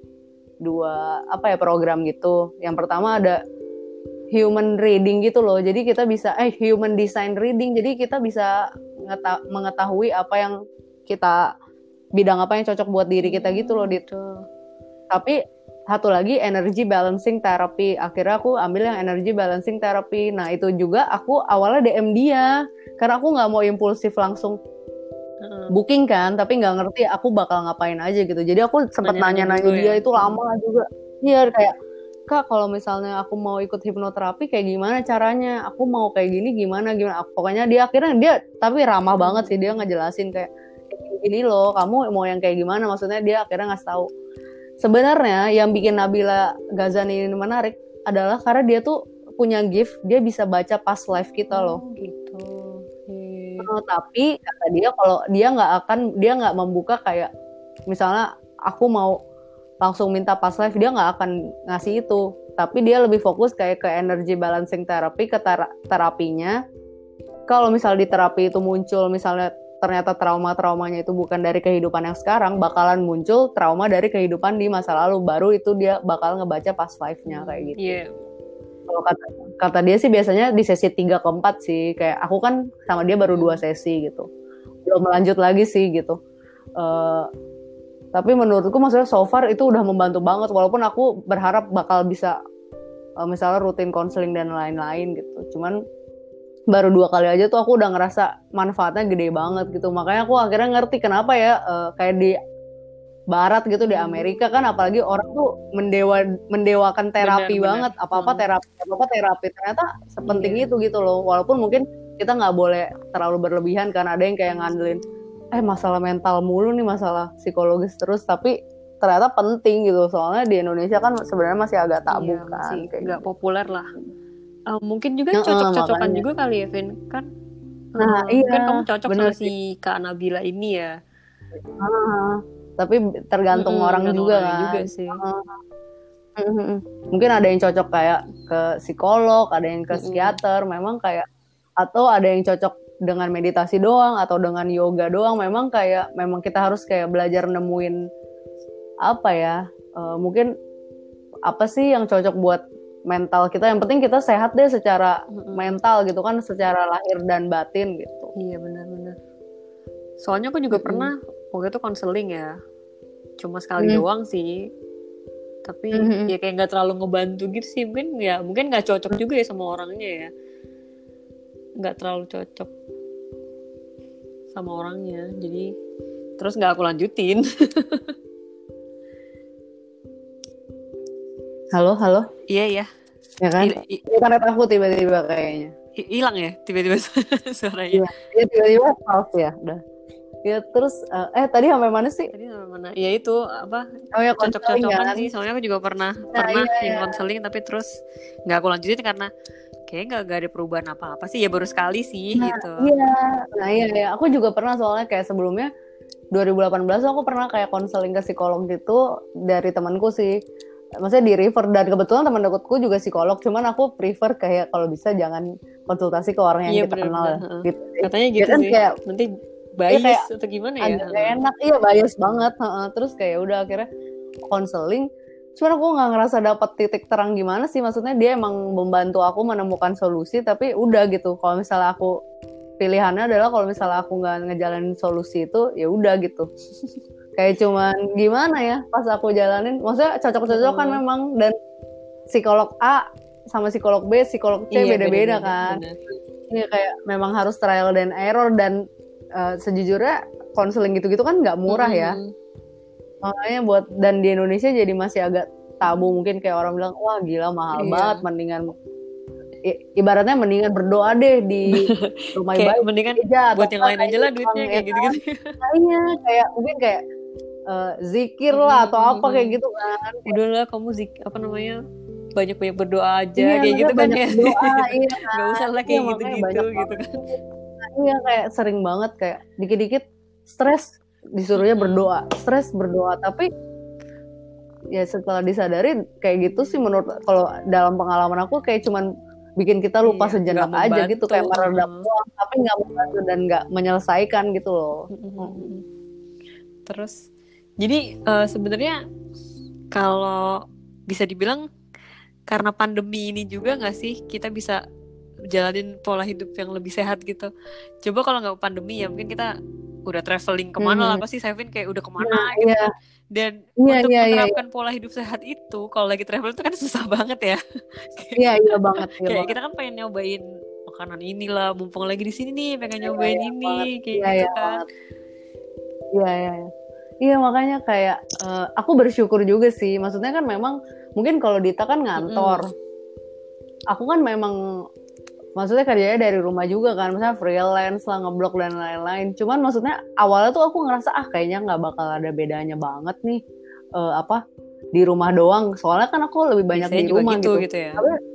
program gitu. Yang pertama ada human reading gitu loh, jadi kita bisa human design reading, jadi kita bisa mengetahui apa yang kita, bidang apa yang cocok buat diri kita gitu loh. Tapi satu lagi energy balancing therapy. Akhirnya aku ambil yang energy balancing therapy. Nah itu juga aku awalnya DM dia karena aku nggak mau impulsif langsung booking kan, tapi nggak ngerti aku bakal ngapain aja gitu. Jadi aku sempat nanya-nanya dia itu lama juga. Iya kayak, Kak kalau misalnya aku mau ikut hipnoterapi kayak gimana caranya? Aku mau kayak gini gimana? Pokoknya dia akhirnya dia tapi ramah banget sih, dia ngejelasin kayak gini loh, kamu mau yang kayak gimana? Maksudnya dia akhirnya ngasih tahu. Sebenarnya yang bikin Nabila Ghazani ini menarik adalah karena dia tuh punya gift, dia bisa baca past life kita loh. Gitu. Tapi kata dia kalau dia nggak membuka kayak misalnya aku mau langsung minta past life, dia nggak akan ngasih itu. Tapi dia lebih fokus kayak ke energy balancing therapy, ke terapinya. Kalau misalnya di terapi itu muncul misalnya ternyata traumanya itu bukan dari kehidupan yang sekarang, bakalan muncul trauma dari kehidupan di masa lalu, baru itu dia bakal ngebaca past life-nya kayak gitu. Iya. Kalau kata dia sih biasanya di sesi 3 ke 4 sih, kayak aku kan sama dia baru 2 sesi gitu, belum lanjut lagi sih gitu. Tapi menurutku maksudnya so far itu udah membantu banget, walaupun aku berharap bakal bisa misalnya rutin konseling dan lain-lain gitu. Cuman baru 2 kali aja tuh aku udah ngerasa manfaatnya gede banget gitu. Makanya aku akhirnya ngerti kenapa ya kayak di barat gitu, di Amerika kan apalagi orang tuh mendewakan terapi banget. Apa-apa terapi. Ternyata sepenting itu gitu loh. Walaupun mungkin kita nggak boleh terlalu berlebihan karena ada yang kayak ngandelin masalah mental mulu nih, masalah psikologis terus, tapi ternyata penting gitu. Soalnya di Indonesia kan sebenarnya masih agak tabu kan. Masih nggak populer lah. Mungkin juga cocok-cocokan juga kali ya, Vin, kan? Iya, kan kamu cocok sama si Kak Nabila ini ya. Tapi tergantung orang juga kan. Sih. Mungkin ada yang cocok kayak ke psikolog, ada yang ke psikiater, memang kayak, atau ada yang cocok dengan meditasi doang atau dengan yoga doang. Memang kita harus kayak belajar nemuin apa ya, mungkin apa sih yang cocok buat mental kita. Yang penting kita sehat deh secara mental gitu kan, secara lahir dan batin gitu. Iya benar-benar. Soalnya aku juga pernah waktu itu konseling ya, cuma sekali doang sih. Tapi ya kayak nggak terlalu ngebantu gitu sih. Mungkin nggak cocok juga ya sama orangnya ya. Nggak terlalu cocok sama orangnya. Jadi terus nggak aku lanjutin. Halo? Iya. Ya kan? Internet aku tiba-tiba kayaknya. Hilang ya tiba-tiba suaranya. Iya tiba-tiba off ya, udah. Ya terus tadi sampai mana sih? Tadi sampai mana? Ya itu apa? Ya, cocok-cocokan sih. Soalnya aku juga pernah yang konseling tapi terus nggak aku lanjutin karena kayak nggak ada perubahan apa-apa sih. Ya baru sekali sih gitu. Iya. Aku juga pernah, soalnya kayak sebelumnya 2018 aku pernah kayak konseling ke psikolog gitu dari temanku sih. Maksudnya di refer, dan kebetulan teman dekatku juga psikolog, cuman aku prefer kayak kalau bisa jangan konsultasi ke orang yang kita kenal gitu. Katanya gitu kan sih. Kayak, nanti bias kayak, atau gimana ya? Agak enak, iya bias banget. Terus kayak udah akhirnya konseling. Cuman aku nggak ngerasa dapat titik terang gimana sih. Maksudnya dia emang membantu aku menemukan solusi, tapi udah gitu. Kalau misalnya aku pilihannya adalah kalau misalnya aku nggak ngejalanin solusi itu, ya udah gitu. Kayak cuman gimana ya pas aku jalanin, maksudnya cocok-cocok kan memang, dan psikolog A sama psikolog B, psikolog C beda-beda kan. Ini kayak memang harus trial dan error, dan sejujurnya konseling gitu-gitu kan nggak murah ya. Makanya dan di Indonesia jadi masih agak tabu, mungkin kayak orang bilang wah gila mahal banget, ibaratnya mendingan berdoa deh di rumah ibadah, mendingan buat yang lain aja lah duitnya kayak gitu-gitu. Iya, kayak mungkin kayak zikir lah atau apa kayak gitu kan. Udahlah kamu banyak-banyak berdoa aja kayak gitu kan ya. Berdoa, iya kan. Gak usah lah kayak gitu-gitu gitu kan. Iya, kayak sering banget kayak dikit-dikit stres disuruhnya berdoa, tapi ya setelah disadari kayak gitu sih menurut kalau dalam pengalaman aku kayak cuman bikin kita lupa sejenak aja gitu, kayak meredam doang tapi nggak membantu dan nggak menyelesaikan gitu loh. Terus jadi sebenarnya kalau bisa dibilang karena pandemi ini juga nggak sih kita bisa jalanin pola hidup yang lebih sehat gitu. Coba kalau nggak pandemi ya mungkin kita udah traveling kemana lah, pasti Sevin kayak udah kemana gitu kan. Dan untuk menerapkan pola hidup sehat itu kalau lagi travel itu kan susah banget ya. Iya banget. Kayak kita kan pengen nyobain makanan inilah, mumpung lagi di sini nih pengen nyobain ini kayak gitu kan. Iya makanya kayak aku bersyukur juga sih. Maksudnya kan memang mungkin kalau Dita kan ngantor. Aku kan memang maksudnya kerjanya dari rumah juga kan, misalnya freelance lah, ngeblog dan lain-lain. Cuman maksudnya awalnya tuh aku ngerasa kayaknya nggak bakal ada bedanya banget nih di rumah doang. Soalnya kan aku lebih banyak di rumah gitu ya.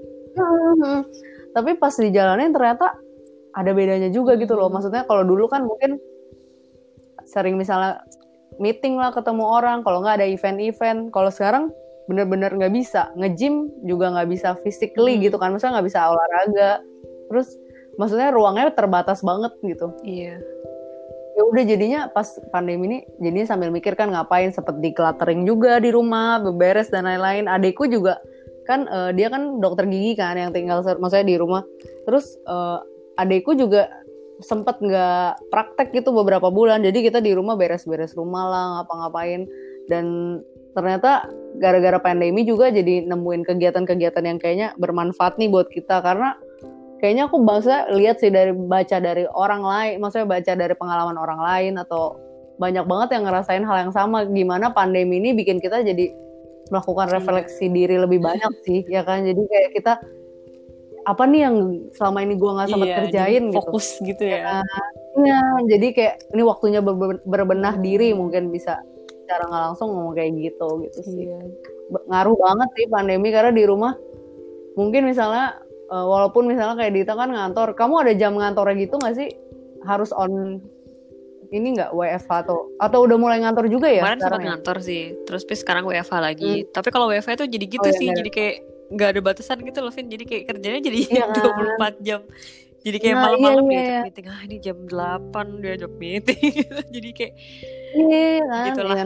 Tapi pas dijalanin ternyata ada bedanya juga gitu loh. Maksudnya kalau dulu kan mungkin sering misalnya meeting lah, ketemu orang, kalau nggak ada event-event. Kalau sekarang bener-bener nggak bisa, nge-gym juga nggak bisa physically gitu kan, misalnya nggak bisa olahraga. Terus maksudnya ruangnya terbatas banget gitu. Iya. Ya udah jadinya pas pandemi ini jadinya sambil mikir kan ngapain, sempet decluttering juga di rumah, beberes dan lain-lain. Adekku juga kan dia kan dokter gigi kan yang tinggal maksudnya di rumah. Terus adekku juga sempet nggak praktek gitu beberapa bulan. Jadi kita di rumah beres-beres rumah lah, ngapa-ngapain. Dan ternyata gara-gara pandemi juga jadi nemuin kegiatan-kegiatan yang kayaknya bermanfaat nih buat kita, karena kayaknya aku bangsa lihat sih baca dari orang lain, maksudnya baca dari pengalaman orang lain atau banyak banget yang ngerasain hal yang sama, gimana pandemi ini bikin kita jadi melakukan refleksi diri lebih banyak sih, ya kan? Jadi kayak kita apa nih yang selama ini gue nggak sempat kerjain gitu, fokus gitu ya. Iya, jadi kayak ini waktunya berbenah diri, mungkin bisa secara nggak langsung ngomong kayak gitu sih. Ngaruh banget sih pandemi, karena di rumah mungkin misalnya walaupun misalnya kayak Dita kan ngantor, kamu ada jam ngantornya gitu nggak sih? Harus on ini nggak WFH atau udah mulai ngantor juga ya? Kemarin sempat ngantor sih, terus sekarang WFH lagi. Tapi kalau WFH itu jadi gitu sih, jadi kayak nggak ada batasan gitu loh, Vin. Jadi kayak kerjanya jadi 24 jam. Jadi kayak malam-malam diajak meeting, ini jam 8 diajak meeting. Jadi kayak gitulah.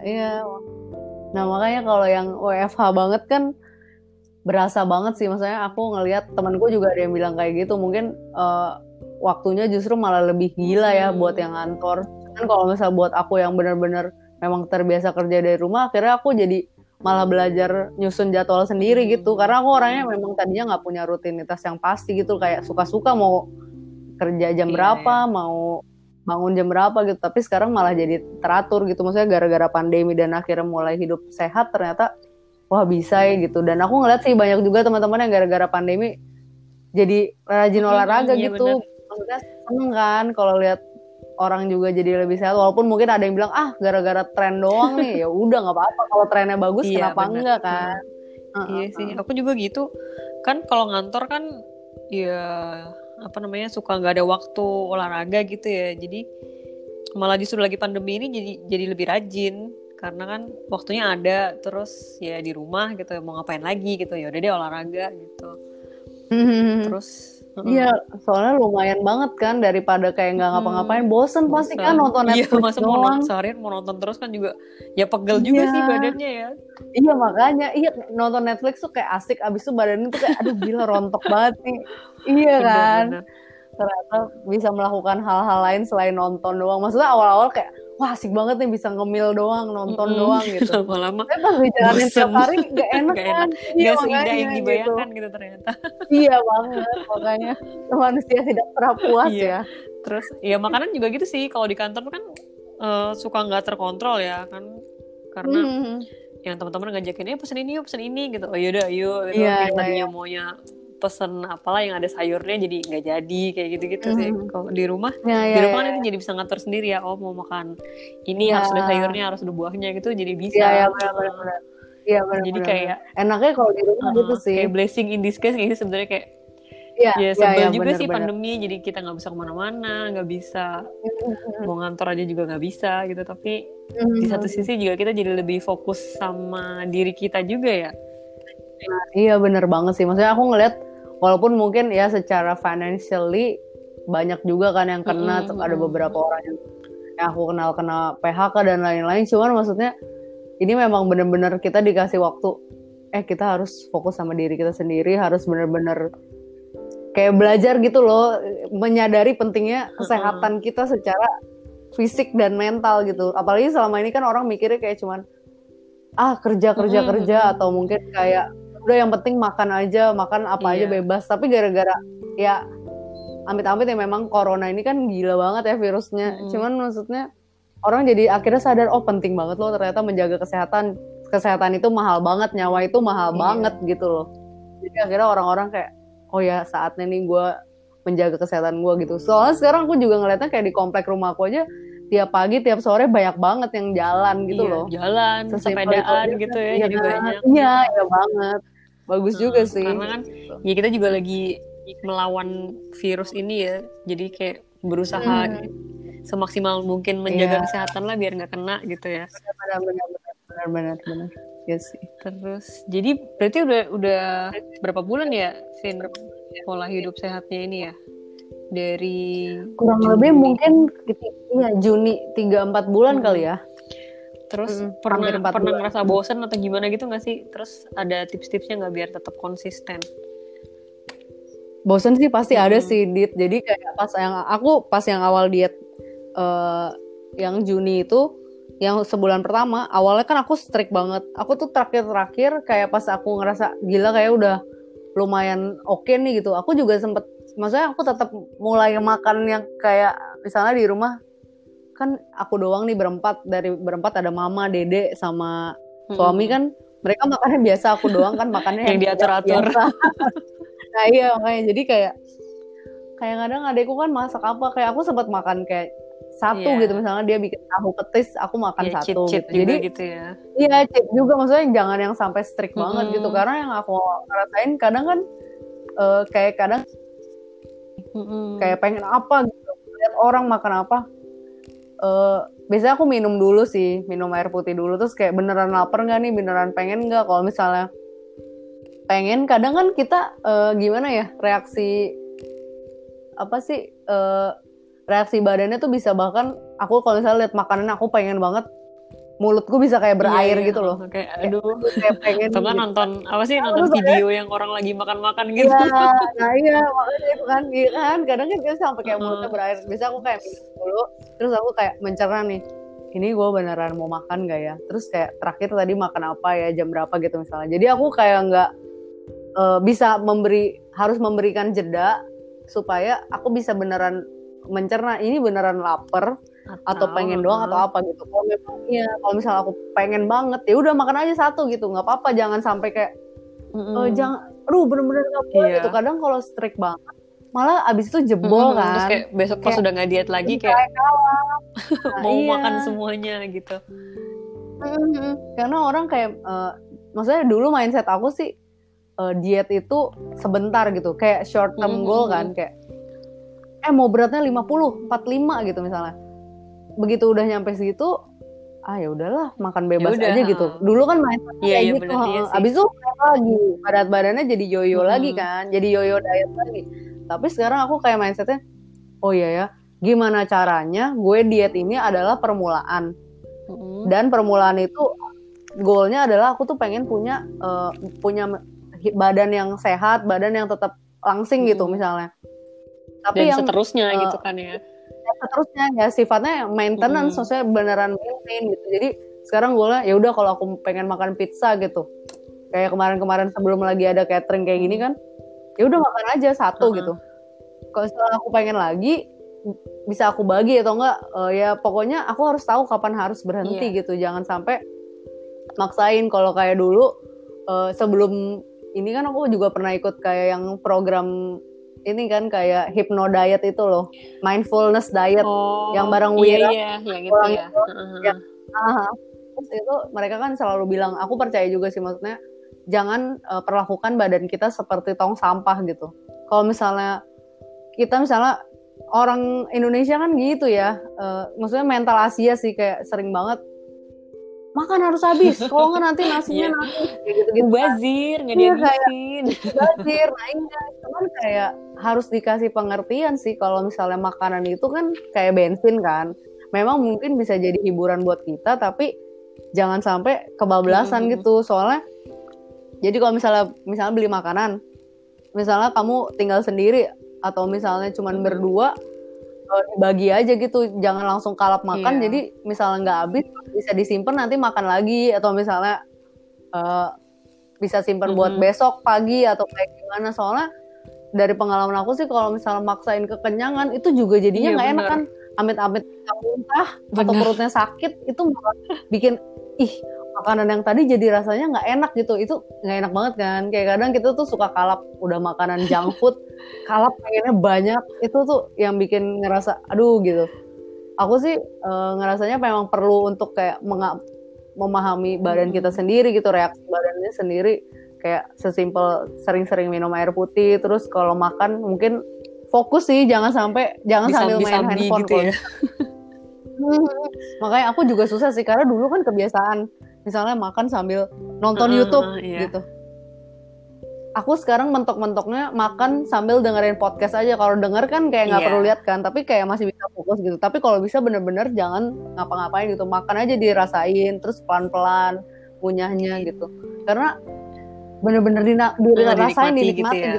Nah makanya kalau yang WFH banget kan berasa banget sih, maksudnya aku ngelihat temanku juga ada yang bilang kayak gitu, mungkin waktunya justru malah lebih gila ya buat yang ngantor. Kan kalau misal buat aku yang benar-benar memang terbiasa kerja dari rumah, akhirnya aku jadi malah belajar nyusun jadwal sendiri gitu, karena aku orangnya memang tadinya nggak punya rutinitas yang pasti gitu, kayak suka-suka mau kerja jam berapa, mau bangun jam berapa gitu, tapi sekarang malah jadi teratur gitu, maksudnya gara-gara pandemi dan akhirnya mulai hidup sehat, ternyata wah bisa ya gitu. Dan aku ngeliat sih banyak juga teman-teman yang gara-gara pandemi jadi rajin olahraga gitu, maksudnya seneng kan kalau lihat orang juga jadi lebih sehat, walaupun mungkin ada yang bilang gara-gara tren doang nih. Ya udah nggak apa-apa, kalau trennya bagus kenapa enggak kan. Iya sih, aku juga gitu kan. Kalau ngantor kan ya suka nggak ada waktu olahraga gitu ya, jadi malah justru lagi pandemi ini jadi lebih rajin karena kan waktunya ada, terus ya di rumah gitu, mau ngapain lagi gitu, ya udah deh olahraga gitu. Terus iya, soalnya lumayan banget kan daripada kayak nggak ngapa-ngapain, bosen pasti kan nonton Netflix doang. Seharian mau nonton terus kan juga ya pegel juga sih badannya ya. Iya makanya, nonton Netflix tuh kayak asik, abis itu badannya tuh kayak aduh gila rontok banget nih. Iya kan, ternyata bisa melakukan hal-hal lain selain nonton doang. Maksudnya awal-awal kayak wah asik banget nih bisa ngemil doang, nonton doang gitu. Lama-lama tapi pas dijalanin tiap hari gak enak kan. Gak seindah yang dibayangkan gitu ternyata. Iya banget, makanya manusia tidak pernah puas ya. Terus ya makanan juga gitu sih, kalau di kantor kan suka nggak terkontrol ya kan, karena yang teman-teman ngajakin pesen ini yuk, pesen ini gitu, oh yaudah yuk gitu. Yang tadinya maunya pesen apalah yang ada sayurnya jadi nggak jadi kayak gitu-gitu sih. Kalau di rumah di rumah kan itu jadi bisa ngatur sendiri ya, mau makan ini harus ada sayurnya, harus ada buahnya gitu, jadi bisa. Benar-benar. Iya benar. Jadi kayak enaknya kalau di rumah gitu sih. Kayak blessing in disguise gitu sebenarnya, kayak Ya sebel juga sih pandemi, jadi kita nggak bisa kemana-mana, nggak bisa mau ngantor aja juga nggak bisa gitu. Tapi di satu sisi juga kita jadi lebih fokus sama diri kita juga ya. Nah, iya bener banget sih. Maksudnya aku ngeliat walaupun mungkin ya secara financially banyak juga kan yang kena, ada beberapa orang yang aku kenal kena PHK dan lain-lain. Cuman maksudnya ini memang bener-bener kita dikasih waktu. Kita harus fokus sama diri kita sendiri, harus bener-bener kayak belajar gitu loh, menyadari pentingnya kesehatan kita secara fisik dan mental gitu. Apalagi selama ini kan orang mikirnya kayak cuman kerja atau mungkin kayak udah yang penting makan apa aja bebas. Tapi gara-gara ya amit-amit ya memang corona ini kan gila banget ya virusnya. Cuman maksudnya orang jadi akhirnya sadar penting banget loh ternyata menjaga kesehatan. Kesehatan itu mahal banget, nyawa itu mahal banget gitu loh. Jadi akhirnya orang-orang kayak ya saatnya nih gue menjaga kesehatan gue gitu. Soalnya sekarang aku juga ngeliatnya kayak di komplek rumah aku aja tiap pagi, tiap sore banyak banget yang jalan gitu loh. Jalan, sepedaan gitu ya, jadi banyak. Iya banget. Bagus juga sih. Karena kan ya kita juga lagi melawan virus ini ya. Jadi kayak berusaha semaksimal mungkin menjaga kesehatan lah biar nggak kena gitu ya. Benar. Ya sih. Terus jadi berarti udah berapa bulan ya Vin pola hidup sehatnya ini ya? Dari kurang lebih mungkin Juni 3-4 bulan kali ya. Terus pernah ngerasa bosan atau gimana gitu nggak sih? Terus ada tips-tipsnya nggak biar tetap konsisten? Bosan sih pasti ada sih, Dit. Jadi kayak pas yang awal diet yang Juni itu, yang sebulan pertama, awalnya kan aku strict banget. Aku tuh terakhir kayak pas aku ngerasa gila kayak udah lumayan oke nih gitu. Aku juga sempet, maksudnya aku tetap mulai makan yang kayak misalnya di rumah kan aku doang nih berempat, dari berempat ada mama, dede sama suami kan, mereka makannya biasa, aku doang kan makannya yang diatur-atur. Nah iya makanya jadi kayak kadang adekku kan masak apa, kayak aku sempat makan kayak satu gitu, misalnya dia bikin tahu petis, aku makan satu cheat gitu. Jadi gitu ya. Iya cheat juga, maksudnya jangan yang sampai strict banget gitu, karena yang aku rasain kadang kan kayak kadang kayak pengen apa gitu, lihat orang makan apa. Biasanya aku minum dulu sih, minum air putih dulu, terus kayak beneran lapar nggak nih, beneran pengen nggak. Kalau misalnya pengen, kadang kan kita gimana ya, reaksi badannya tuh bisa, bahkan aku kalau misalnya lihat makanan aku pengen banget, mulutku bisa kayak berair gitu loh. Kayak aduh. Kayak pengen. Atau kan nonton video yang orang lagi makan-makan gitu. Iya, makanya itu kan, iya kan. Kadang kan kita sampai kayak mulutnya berair. Biasa aku kayak minum dulu, terus aku kayak mencerna nih, ini gue beneran mau makan gak ya? Terus kayak terakhir tadi makan apa ya, jam berapa gitu misalnya. Jadi aku kayak nggak bisa harus memberikan jeda supaya aku bisa beneran mencerna ini beneran lapar atau pengen doang atau apa gitu. Kalau misalnya aku pengen banget ya udah makan aja satu gitu, nggak apa-apa, jangan sampai kayak jangan bener-bener nggak boleh gitu. Kadang kalau strict banget malah abis itu jebol kan, terus kayak besok pas udah nggak diet lagi kayak mau makan semuanya gitu. Karena orang kayak maksudnya dulu mindset aku sih diet itu sebentar gitu, kayak short term goal kan, kayak mau beratnya 50, 45 gitu misalnya. Begitu udah nyampe segitu, ya udahlah makan bebas aja gitu. Dulu kan mindsetnya kayak gitu. Abis itu lagi berat badannya jadi yoyo lagi kan, jadi yoyo diet lagi. Tapi sekarang aku kayak mindsetnya, gimana caranya gue diet ini adalah permulaan. Dan permulaan itu goalnya adalah aku tuh pengen punya badan yang sehat, badan yang tetap langsing gitu misalnya. Tapi dan yang seterusnya gitu kan ya. Seterusnya ya sifatnya maintenance, maksudnya beneran maintain gitu. Jadi sekarang goalnya ya udah, kalau aku pengen makan pizza gitu, kayak kemarin sebelum lagi ada catering kayak gini kan, ya udah makan aja satu gitu. Kalau misalnya aku pengen lagi, bisa aku bagi atau enggak, ya pokoknya aku harus tahu kapan harus berhenti gitu. Jangan sampai maksain. Kalau kayak dulu sebelum ini kan aku juga pernah ikut kayak yang program ini kan, kayak hypno diet itu loh, mindfulness diet yang bareng Wira. Yang gitu ya. Terus itu mereka kan selalu bilang, aku percaya juga sih, maksudnya jangan perlakukan badan kita seperti tong sampah gitu. Kalau misalnya kita orang Indonesia kan gitu ya, maksudnya mental Asia sih, kayak sering banget makan harus habis, kalau nggak nanti nasinya nanti gitu-gitu. Mubazir, nggak dihabisin. Mubazir, nah enggak, cuman kayak harus dikasih pengertian sih kalau misalnya makanan itu kan kayak bensin kan. Memang mungkin bisa jadi hiburan buat kita, tapi jangan sampai kebablasan gitu. Soalnya, jadi kalau misalnya beli makanan, misalnya kamu tinggal sendiri atau misalnya cuman berdua, dibagi aja gitu, jangan langsung kalap makan. Jadi misalnya nggak habis bisa disimpan nanti makan lagi, atau misalnya bisa simpan buat besok pagi atau kayak gimana. Soalnya dari pengalaman aku sih kalau misalnya maksain kekenyangan itu juga jadinya nggak enak kan, amit-amit kita muntah atau perutnya sakit, itu malah bikin makanan yang tadi jadi rasanya nggak enak gitu. Itu nggak enak banget kan. Kayak kadang kita tuh suka kalap, udah makanan junk food kalap pengennya banyak, itu tuh yang bikin ngerasa aduh gitu. Aku sih ngerasanya memang perlu untuk kayak memahami badan kita sendiri gitu, reaksi badannya sendiri. Kayak sesimpel sering-sering minum air putih, terus kalau makan mungkin fokus sih, jangan sambil main handphone gitu ya. Makanya aku juga susah sih, karena dulu kan kebiasaan misalnya makan sambil nonton YouTube gitu. Aku sekarang mentok-mentoknya makan sambil dengerin podcast aja. Kalau denger kan kayak nggak perlu lihat kan, tapi kayak masih bisa fokus gitu. Tapi kalau bisa bener-bener jangan ngapa-ngapain gitu, makan aja dirasain, terus pelan-pelan ngunyahnya gitu. Karena bener-bener dirasain, dinikmati gitu.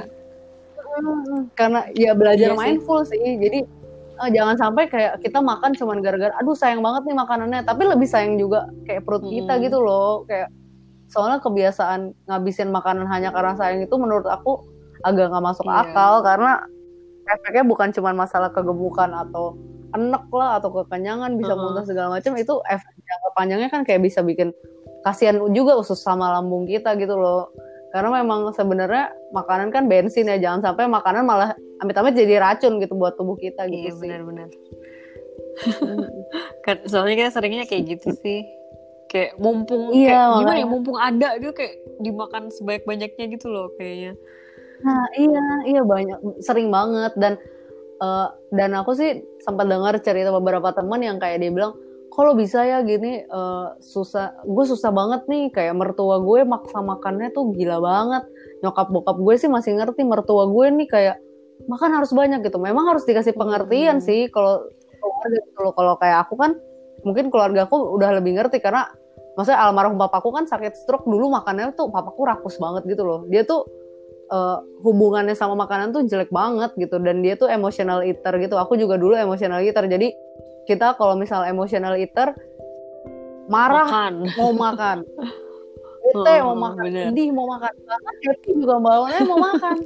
Karena ya belajar mindful sih. Jadi jangan sampai kayak kita makan cuman gara-gara aduh sayang banget nih makanannya, tapi lebih sayang juga kayak perut kita gitu loh. Kayak soalnya kebiasaan ngabisin makanan hanya karena sayang itu menurut aku agak nggak masuk akal, karena efeknya bukan cuma masalah kegemukan atau enek lah atau kekenyangan, bisa muntah segala macam. Itu efek jangka panjangnya kan kayak bisa bikin kasihan juga usus sama lambung kita gitu loh. Karena memang sebenarnya makanan kan bensin ya, jangan sampai makanan malah amit-amit jadi racun gitu buat tubuh kita gitu. Iya, benar-benar. Soalnya kita seringnya kayak gitu sih. Kayak mumpung gimana ya, mumpung ada gitu kayak dimakan sebanyak-banyaknya gitu loh kayaknya. Nah, iya banyak, sering banget. Dan aku sih sempat dengar cerita beberapa teman yang kayak dia bilang, kalau bisa ya gini, gue susah banget nih, kayak mertua gue maksa makannya tuh gila banget. Nyokap bokap gue sih masih ngerti, mertua gue nih kayak makan harus banyak gitu. Memang harus dikasih pengertian sih kalau keluarga gitu loh. Kalau kayak aku kan mungkin keluarga aku udah lebih ngerti, karena maksudnya almarhum papaku kan sakit stroke dulu, makannya tuh papaku rakus banget gitu loh. Dia tuh hubungannya sama makanan tuh jelek banget gitu, dan dia tuh emotional eater gitu. Aku juga dulu emotional eater. Jadi kita kalau misal emotional eater marah mau makan, bete mau makan, sedih mau makan, bahkan happy juga bawaannya mau makan.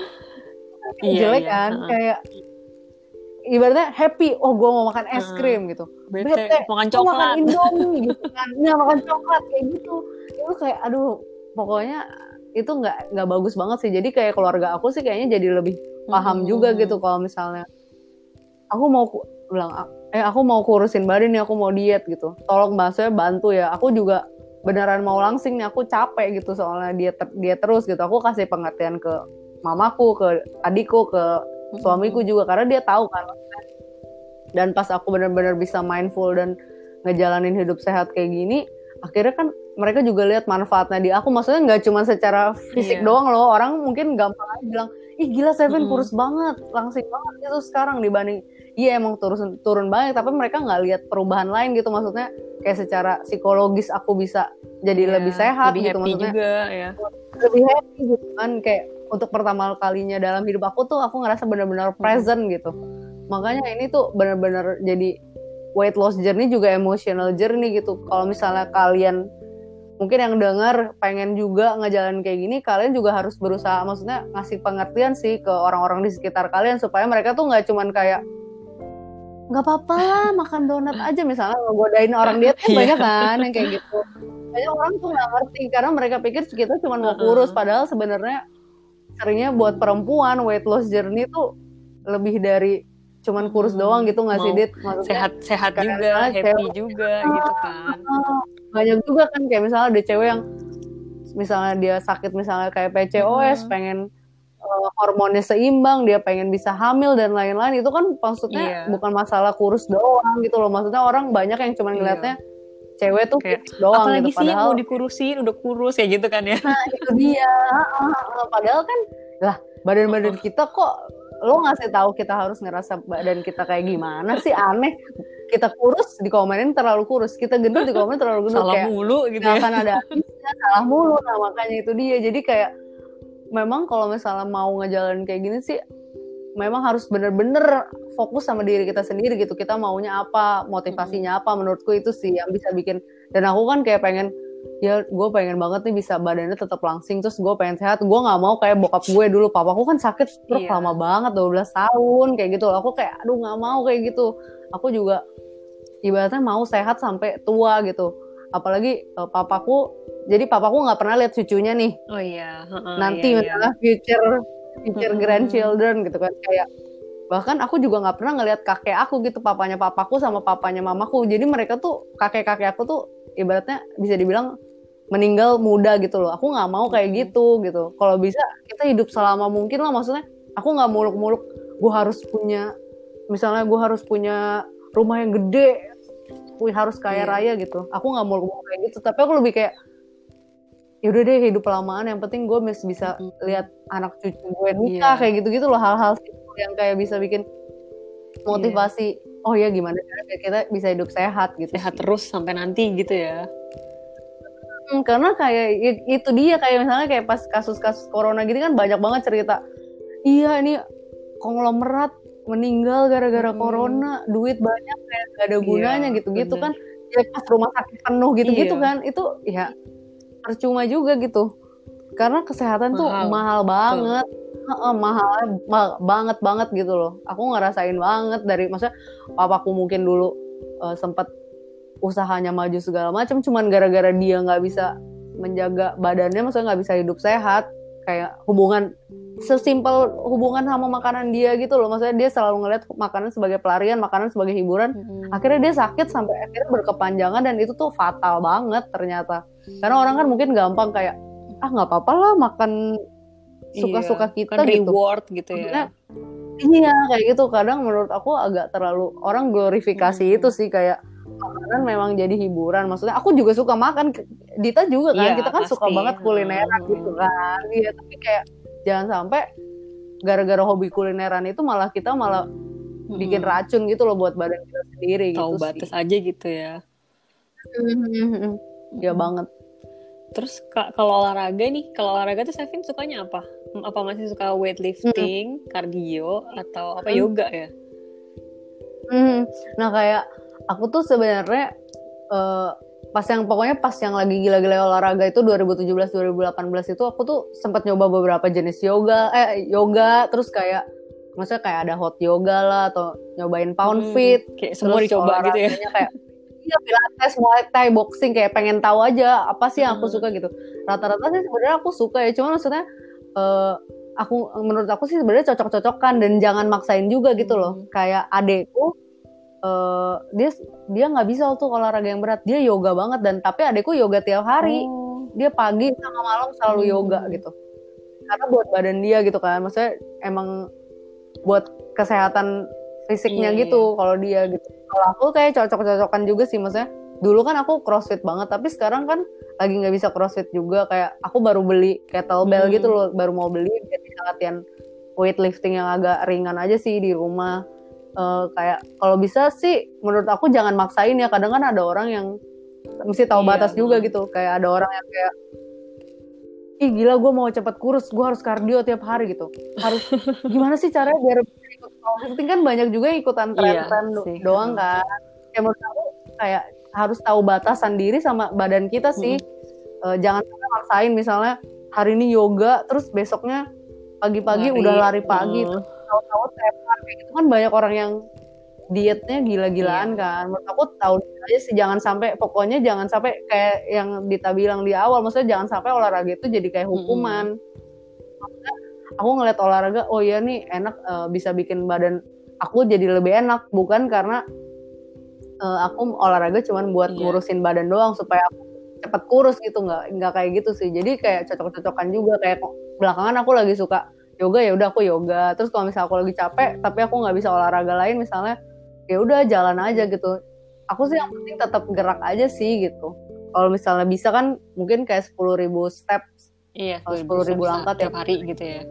Jelek kan, kayak ibaratnya happy, gue mau makan es krim gitu, bete makan coklat, makan Indomie gitu kan, makan coklat kayak gitu. Itu kayak aduh, pokoknya itu nggak bagus banget sih. Jadi kayak keluarga aku sih kayaknya jadi lebih paham juga gitu kalau misalnya aku mau bilang aku mau kurusin badan nih, aku mau diet gitu, tolong saya bantu ya. Aku juga beneran mau langsing nih, aku capek gitu soalnya diet terus gitu. Aku kasih pengertian ke mamaku, ke adikku, ke suamiku juga, karena dia tahu kan. Dan pas aku benar-benar bisa mindful dan ngejalanin hidup sehat kayak gini, akhirnya kan mereka juga lihat manfaatnya di aku. Maksudnya nggak cuma secara fisik doang loh. Orang mungkin gampang aja bilang, ih gila Seven kurus banget, langsing banget itu sekarang dibanding. Iya emang turun banyak, tapi mereka nggak lihat perubahan lain gitu. Maksudnya kayak secara psikologis aku bisa jadi lebih sehat lebih gitu. Maksudnya juga, ya. Lebih happy gitu kan. Kayak untuk pertama kalinya dalam hidup aku tuh aku ngerasa benar-benar present gitu. Makanya ini tuh benar-benar jadi weight loss journey juga emotional journey gitu. Kalau misalnya kalian mungkin yang dengar pengen juga ngejalanin kayak gini, kalian juga harus berusaha, maksudnya ngasih pengertian sih ke orang-orang di sekitar kalian, supaya mereka tuh nggak cuman kayak nggak apa-apa lah makan donat aja misalnya, ngegodain orang diet kan banyak kan yang kayak gitu. Banyak orang tuh nggak ngerti karena mereka pikir kita cuma mau kurus, padahal sebenarnya seringnya buat perempuan weight loss journey tuh lebih dari cuman kurus doang gitu nggak sih, Dit? Sehat juga, happy juga gitu kan. Banyak juga kan kayak misalnya ada cewek yang misalnya dia sakit misalnya kayak PCOS, pengen hormonnya seimbang, dia pengen bisa hamil dan lain-lain, itu kan maksudnya bukan masalah kurus doang gitu loh. Maksudnya orang banyak yang cuma ngeliatnya cewek tuh kayak doang apalagi gitu, sih padahal mau dikurusin udah kurus ya gitu kan ya. Nah itu dia, padahal kan lah badan-badan kita kok lo ngasih tahu kita harus ngerasa badan kita kayak gimana sih, aneh. Kita kurus dikomenin terlalu kurus, kita gendut dikomenin terlalu gendut, salah kayak mulu gitu gak akan ada habisnya, salah mulu. Nah makanya itu dia, jadi kayak memang kalau misalnya mau ngejalanin kayak gini sih memang harus bener-bener fokus sama diri kita sendiri gitu, kita maunya apa, motivasinya apa. Menurutku itu sih yang bisa bikin. Dan aku kan kayak pengen, ya gue pengen banget nih bisa badannya tetap langsing, terus gue pengen sehat. Gue gak mau kayak bokap gue dulu, papaku kan sakit stroke lama banget, 12 tahun kayak gitu. Aku kayak aduh gak mau kayak gitu. Aku juga ibaratnya mau sehat sampai tua gitu. Apalagi papaku, jadi papaku gak pernah lihat cucunya nih. Oh iya. Nanti misalnya future grandchildren gitu kan, kayak bahkan aku juga nggak pernah ngelihat kakek aku gitu, papanya papaku sama papanya mamaku. Jadi mereka tuh kakek aku tuh ibaratnya bisa dibilang meninggal muda gitu loh. Aku nggak mau kayak gitu. Kalau bisa kita hidup selama mungkin lah, maksudnya aku nggak muluk-muluk gue harus punya, misalnya gue harus punya rumah yang gede, gue harus kaya raya gitu. Aku nggak muluk-muluk kayak gitu, tapi aku lebih kayak yaudah deh hidup kelamaan, yang penting gue masih bisa lihat anak cucu gue nikah, kayak gitu-gitu loh, hal-hal yang kayak bisa bikin motivasi. Oh ya gimana caranya kita bisa hidup sehat gitu, sehat terus sampai nanti gitu ya. Karena kayak itu dia, kayak misalnya kayak pas kasus-kasus corona gini kan banyak banget cerita, iya ini konglomerat meninggal gara-gara corona, duit banyak kayak gak ada gunanya gitu-gitu kan. Ya pas rumah sakit penuh gitu-gitu kan, itu ya percuma juga gitu, karena kesehatan tuh mahal banget. Mahal banget gitu loh. Aku ngerasain banget dari, maksudnya papaku mungkin dulu sempat usahanya maju segala macam, cuman gara-gara dia nggak bisa menjaga badannya, maksudnya nggak bisa hidup sehat, kayak hubungan sesimpel hubungan sama makanan dia gitu loh. Maksudnya dia selalu ngeliat makanan sebagai pelarian, makanan sebagai hiburan. Akhirnya dia sakit sampai akhirnya berkepanjangan, dan itu tuh fatal banget ternyata. Karena orang kan mungkin gampang kayak nggak apa-apa lah makan suka-suka kita kan gitu, reward gitu ya. Iya kayak gitu. Kadang menurut aku agak terlalu orang glorifikasi itu sih, kayak makanan memang jadi hiburan. Maksudnya aku juga suka makan, Dita juga kan, kita kan pasti suka banget kulineran gitu kan. Iya, tapi kayak jangan sampai gara-gara hobi kulineran itu malah kita bikin racun gitu loh buat badan kita sendiri. Tahu gitu batas sih aja gitu ya. Ya banget. Terus kalau olahraga tuh Sevin sukanya apa? Apa masih suka weightlifting, cardio, atau apa yoga ya? Nah kayak aku tuh sebenarnya pas yang lagi gila-gila olahraga itu 2017-2018 itu, aku tuh sempat nyoba beberapa jenis yoga, terus kayak maksudnya kayak ada hot yoga lah, atau nyobain pound fit, kayak semua dicoba gitu ya. Kayak iya, pilates, muay thai, boxing, kayak pengen tahu aja apa sih yang aku suka gitu. Rata-rata sih sebenarnya aku suka ya, cuma maksudnya menurut aku sih sebenarnya cocok-cocokan, dan jangan maksain juga gitu loh. Kayak adekku dia nggak bisa tuh olahraga yang berat, dia yoga banget, dan tapi adekku yoga tiap hari, dia pagi sama malam selalu yoga gitu, karena buat badan dia gitu kan, maksudnya emang buat kesehatan fisiknya gitu. Kalau dia gitu, kalau aku kayak cocok-cocokan juga sih. Maksudnya dulu kan aku crossfit banget, tapi sekarang kan lagi nggak bisa crossfit juga. Kayak aku baru beli kettlebell gitu loh, baru mau beli biar bisa latihan weightlifting yang agak ringan aja sih di rumah. Kayak kalau bisa sih menurut aku jangan maksain ya. Kadang kan ada orang yang mesti tahu batas juga gitu. Kayak ada orang yang kayak, ih gila gue mau cepet kurus, gue harus kardio tiap hari gitu. Harus gimana sih caranya biar ikut powerlifting? Kan banyak juga yang ikutan tren-tren doang kan. Kayak menurut aku kayak harus tahu batasan diri sama badan kita sih. Jangan sampai maksain, misalnya hari ini yoga, terus besoknya pagi-pagi udah lari pagi, terus tahu-tahu tepar, kayak gitu kan banyak orang yang dietnya gila-gilaan kan. Menurut aku tahu aja sih, jangan sampai kayak yang Dita bilang di awal, maksudnya jangan sampai olahraga itu jadi kayak hukuman. Maksudnya aku ngeliat olahraga, oh iya nih enak, bisa bikin badan aku jadi lebih enak, bukan karena aku olahraga cuman buat ngurusin badan doang supaya aku cepat kurus gitu, nggak kayak gitu sih. Jadi kayak cocok-cocokan juga. Kayak belakangan aku lagi suka yoga ya udah aku yoga. Terus kalau misalnya aku lagi capek tapi aku nggak bisa olahraga lain misalnya, ya udah jalan aja gitu. Aku sih yang penting tetap gerak aja sih gitu. Kalau misalnya bisa kan mungkin kayak 10.000 steps. Iya, 10.000 langkah tiap hari gitu ya.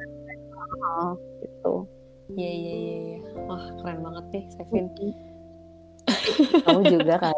Gitu. Iya. Wah, keren banget nih, Sevin. Kamu juga kan.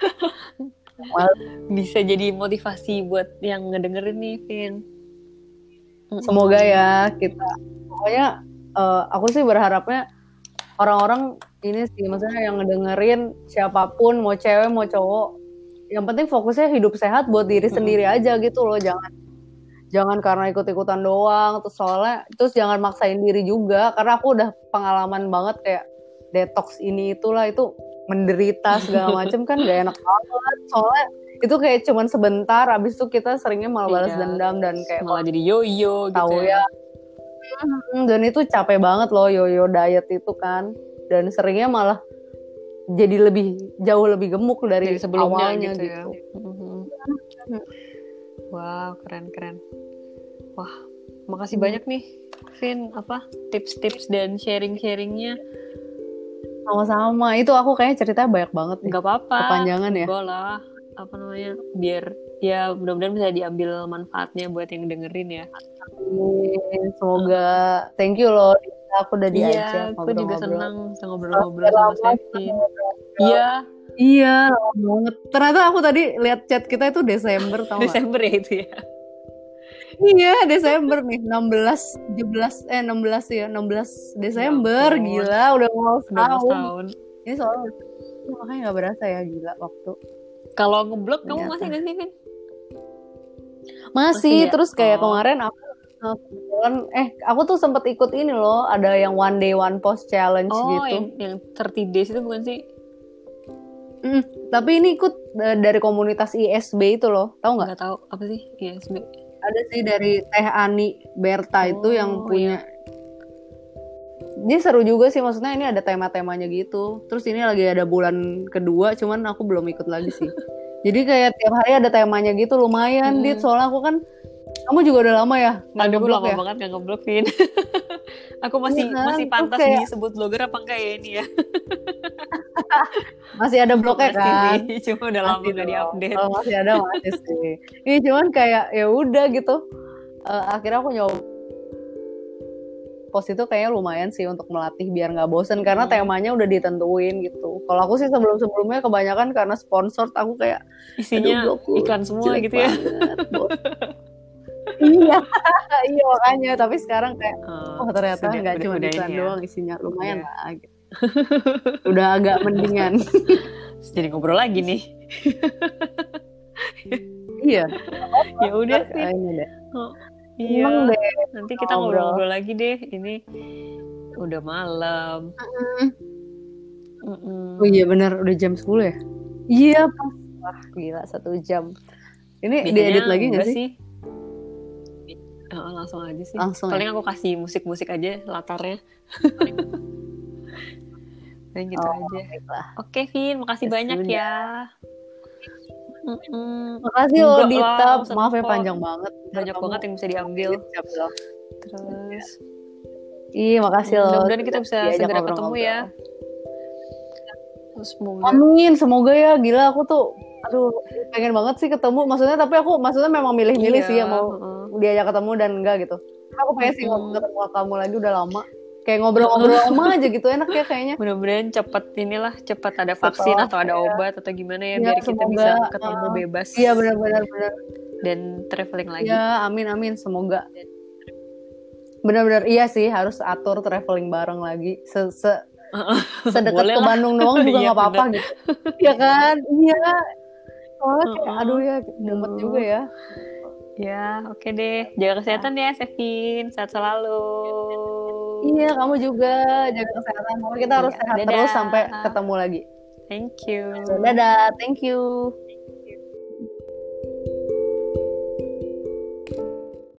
Bisa jadi motivasi buat yang ngedengerin nih, Vin. Semoga ya kita. Pokoknya aku sih berharapnya orang-orang ini sih, maksudnya yang ngedengerin siapapun, mau cewek mau cowok, yang penting fokusnya hidup sehat buat diri sendiri aja gitu loh. Jangan karena ikut-ikutan doang, terus jangan maksain diri juga, karena aku udah pengalaman banget kayak detox ini itulah, itu menderita segala macem kan gak enak banget, soalnya itu kayak cuman sebentar, abis itu kita seringnya malah balas dendam dan kayak malah jadi yoyo gitu tahu ya. Dan itu capek banget loh yoyo diet itu kan, dan seringnya malah jadi jauh lebih gemuk dari sebelumnya awalnya gitu. Ya. Wow, keren. Wah, makasih banyak nih, Vin, tips-tips dan sharing-sharingnya. Sama-sama. Itu aku kayaknya ceritanya banyak banget nih. Gak apa-apa. Kepanjangan ya. Enggak lah. Biar ya mudah-mudahan bisa diambil manfaatnya buat yang dengerin ya. Semoga. Thank you loh. Aku udah diajak. Iya, aku juga senang bisa ngobrol-ngobrol sama Sevin. Iya, lama banget. Ternyata aku tadi lihat chat kita itu Desember, tau Desember ya itu ya. Iya, Desember nih, 16 Desember, ya, gila, udah mau setahun. Ini soalnya makanya nggak berasa ya, gila waktu. Kalau ngeblok kamu masih nggak sih, Vin? Masih ya? Terus kayak kemarin aku tuh sempet ikut ini loh, ada yang one day one post challenge gitu. Yang 30 days itu bukan sih? Tapi ini ikut dari komunitas ISB itu loh, tahu nggak? Nggak tahu apa sih ISB? Ada sih dari Teh Ani Berta itu yang punya. Iya. Ini seru juga sih, maksudnya ini ada tema-temanya gitu. Terus ini lagi ada bulan kedua, cuman aku belum ikut lagi sih. Jadi kayak tiap hari ada temanya gitu, lumayan Dit. Soalnya aku kan, kamu juga udah lama ya? Aduh, lama banget gak ngeblokin. Aku masih pantas disebut blogger apa enggak ya ini ya? Masih ada blognya kan? Cuma udah lama gak diupdate. Kalau masih ada masih sih. Ini cuman kayak ya udah gitu. Akhirnya aku nyoba post itu kayaknya lumayan sih untuk melatih biar nggak bosen karena temanya udah ditentuin gitu. Kalau aku sih sebelumnya kebanyakan karena sponsor aku kayak isinya iklan semua gitu ya. Iya makanya. Tapi sekarang kayak ternyata nggak cuma iklan doang, isinya lumayan lah gitu. Udah agak mendingan. Jadi ngobrol lagi nih. Iya. Ya udah sih. Iya. Nanti kita ngobrol-ngobrol lagi deh. Ini udah malam. Oh iya benar, udah jam 10 ya? Iya pas. Wah gila 1 jam. Ini diedit lagi nggak sih? Langsung aja sih. Paling aku kasih musik-musik aja latarnya. Paling gitu aja. Baiklah. Oke, Vin, makasih banyak ya. Makasih loh Dita. Maaf ya panjang banget. Banyak banget yang bisa diambil. Terus. Iya, makasih loh. Mudah-mudahan kita bisa segera ketemu ya. Semoga. Amin, semoga ya. Gila aku tuh pengen banget sih ketemu. Tapi aku memang milih-milih sih yang mau diajak ketemu dan enggak gitu. Aku pengen sih ketemu kamu lagi, udah lama. Kayak ngobrol-ngobrol lama aja gitu, enak ya kayaknya. Mudah-mudahan cepat ada vaksin atau ada obat atau gimana ya biar kita bisa ketemu bebas. Iya benar. Dan traveling lagi. Iya, amin semoga. Benar-benar iya sih, harus atur traveling bareng lagi. Sedekat ke Bandung doang juga nggak apa-apa gitu. Iya kan? Iya. Soalnya kayak aduh ya, mumet juga ya. Ya, oke deh. Jaga kesehatan ya, Sevin. Sehat selalu. Iya, kamu juga jaga kesehatan. Kita harus sehat terus sampai ketemu lagi. Thank you. Dadah, thank you.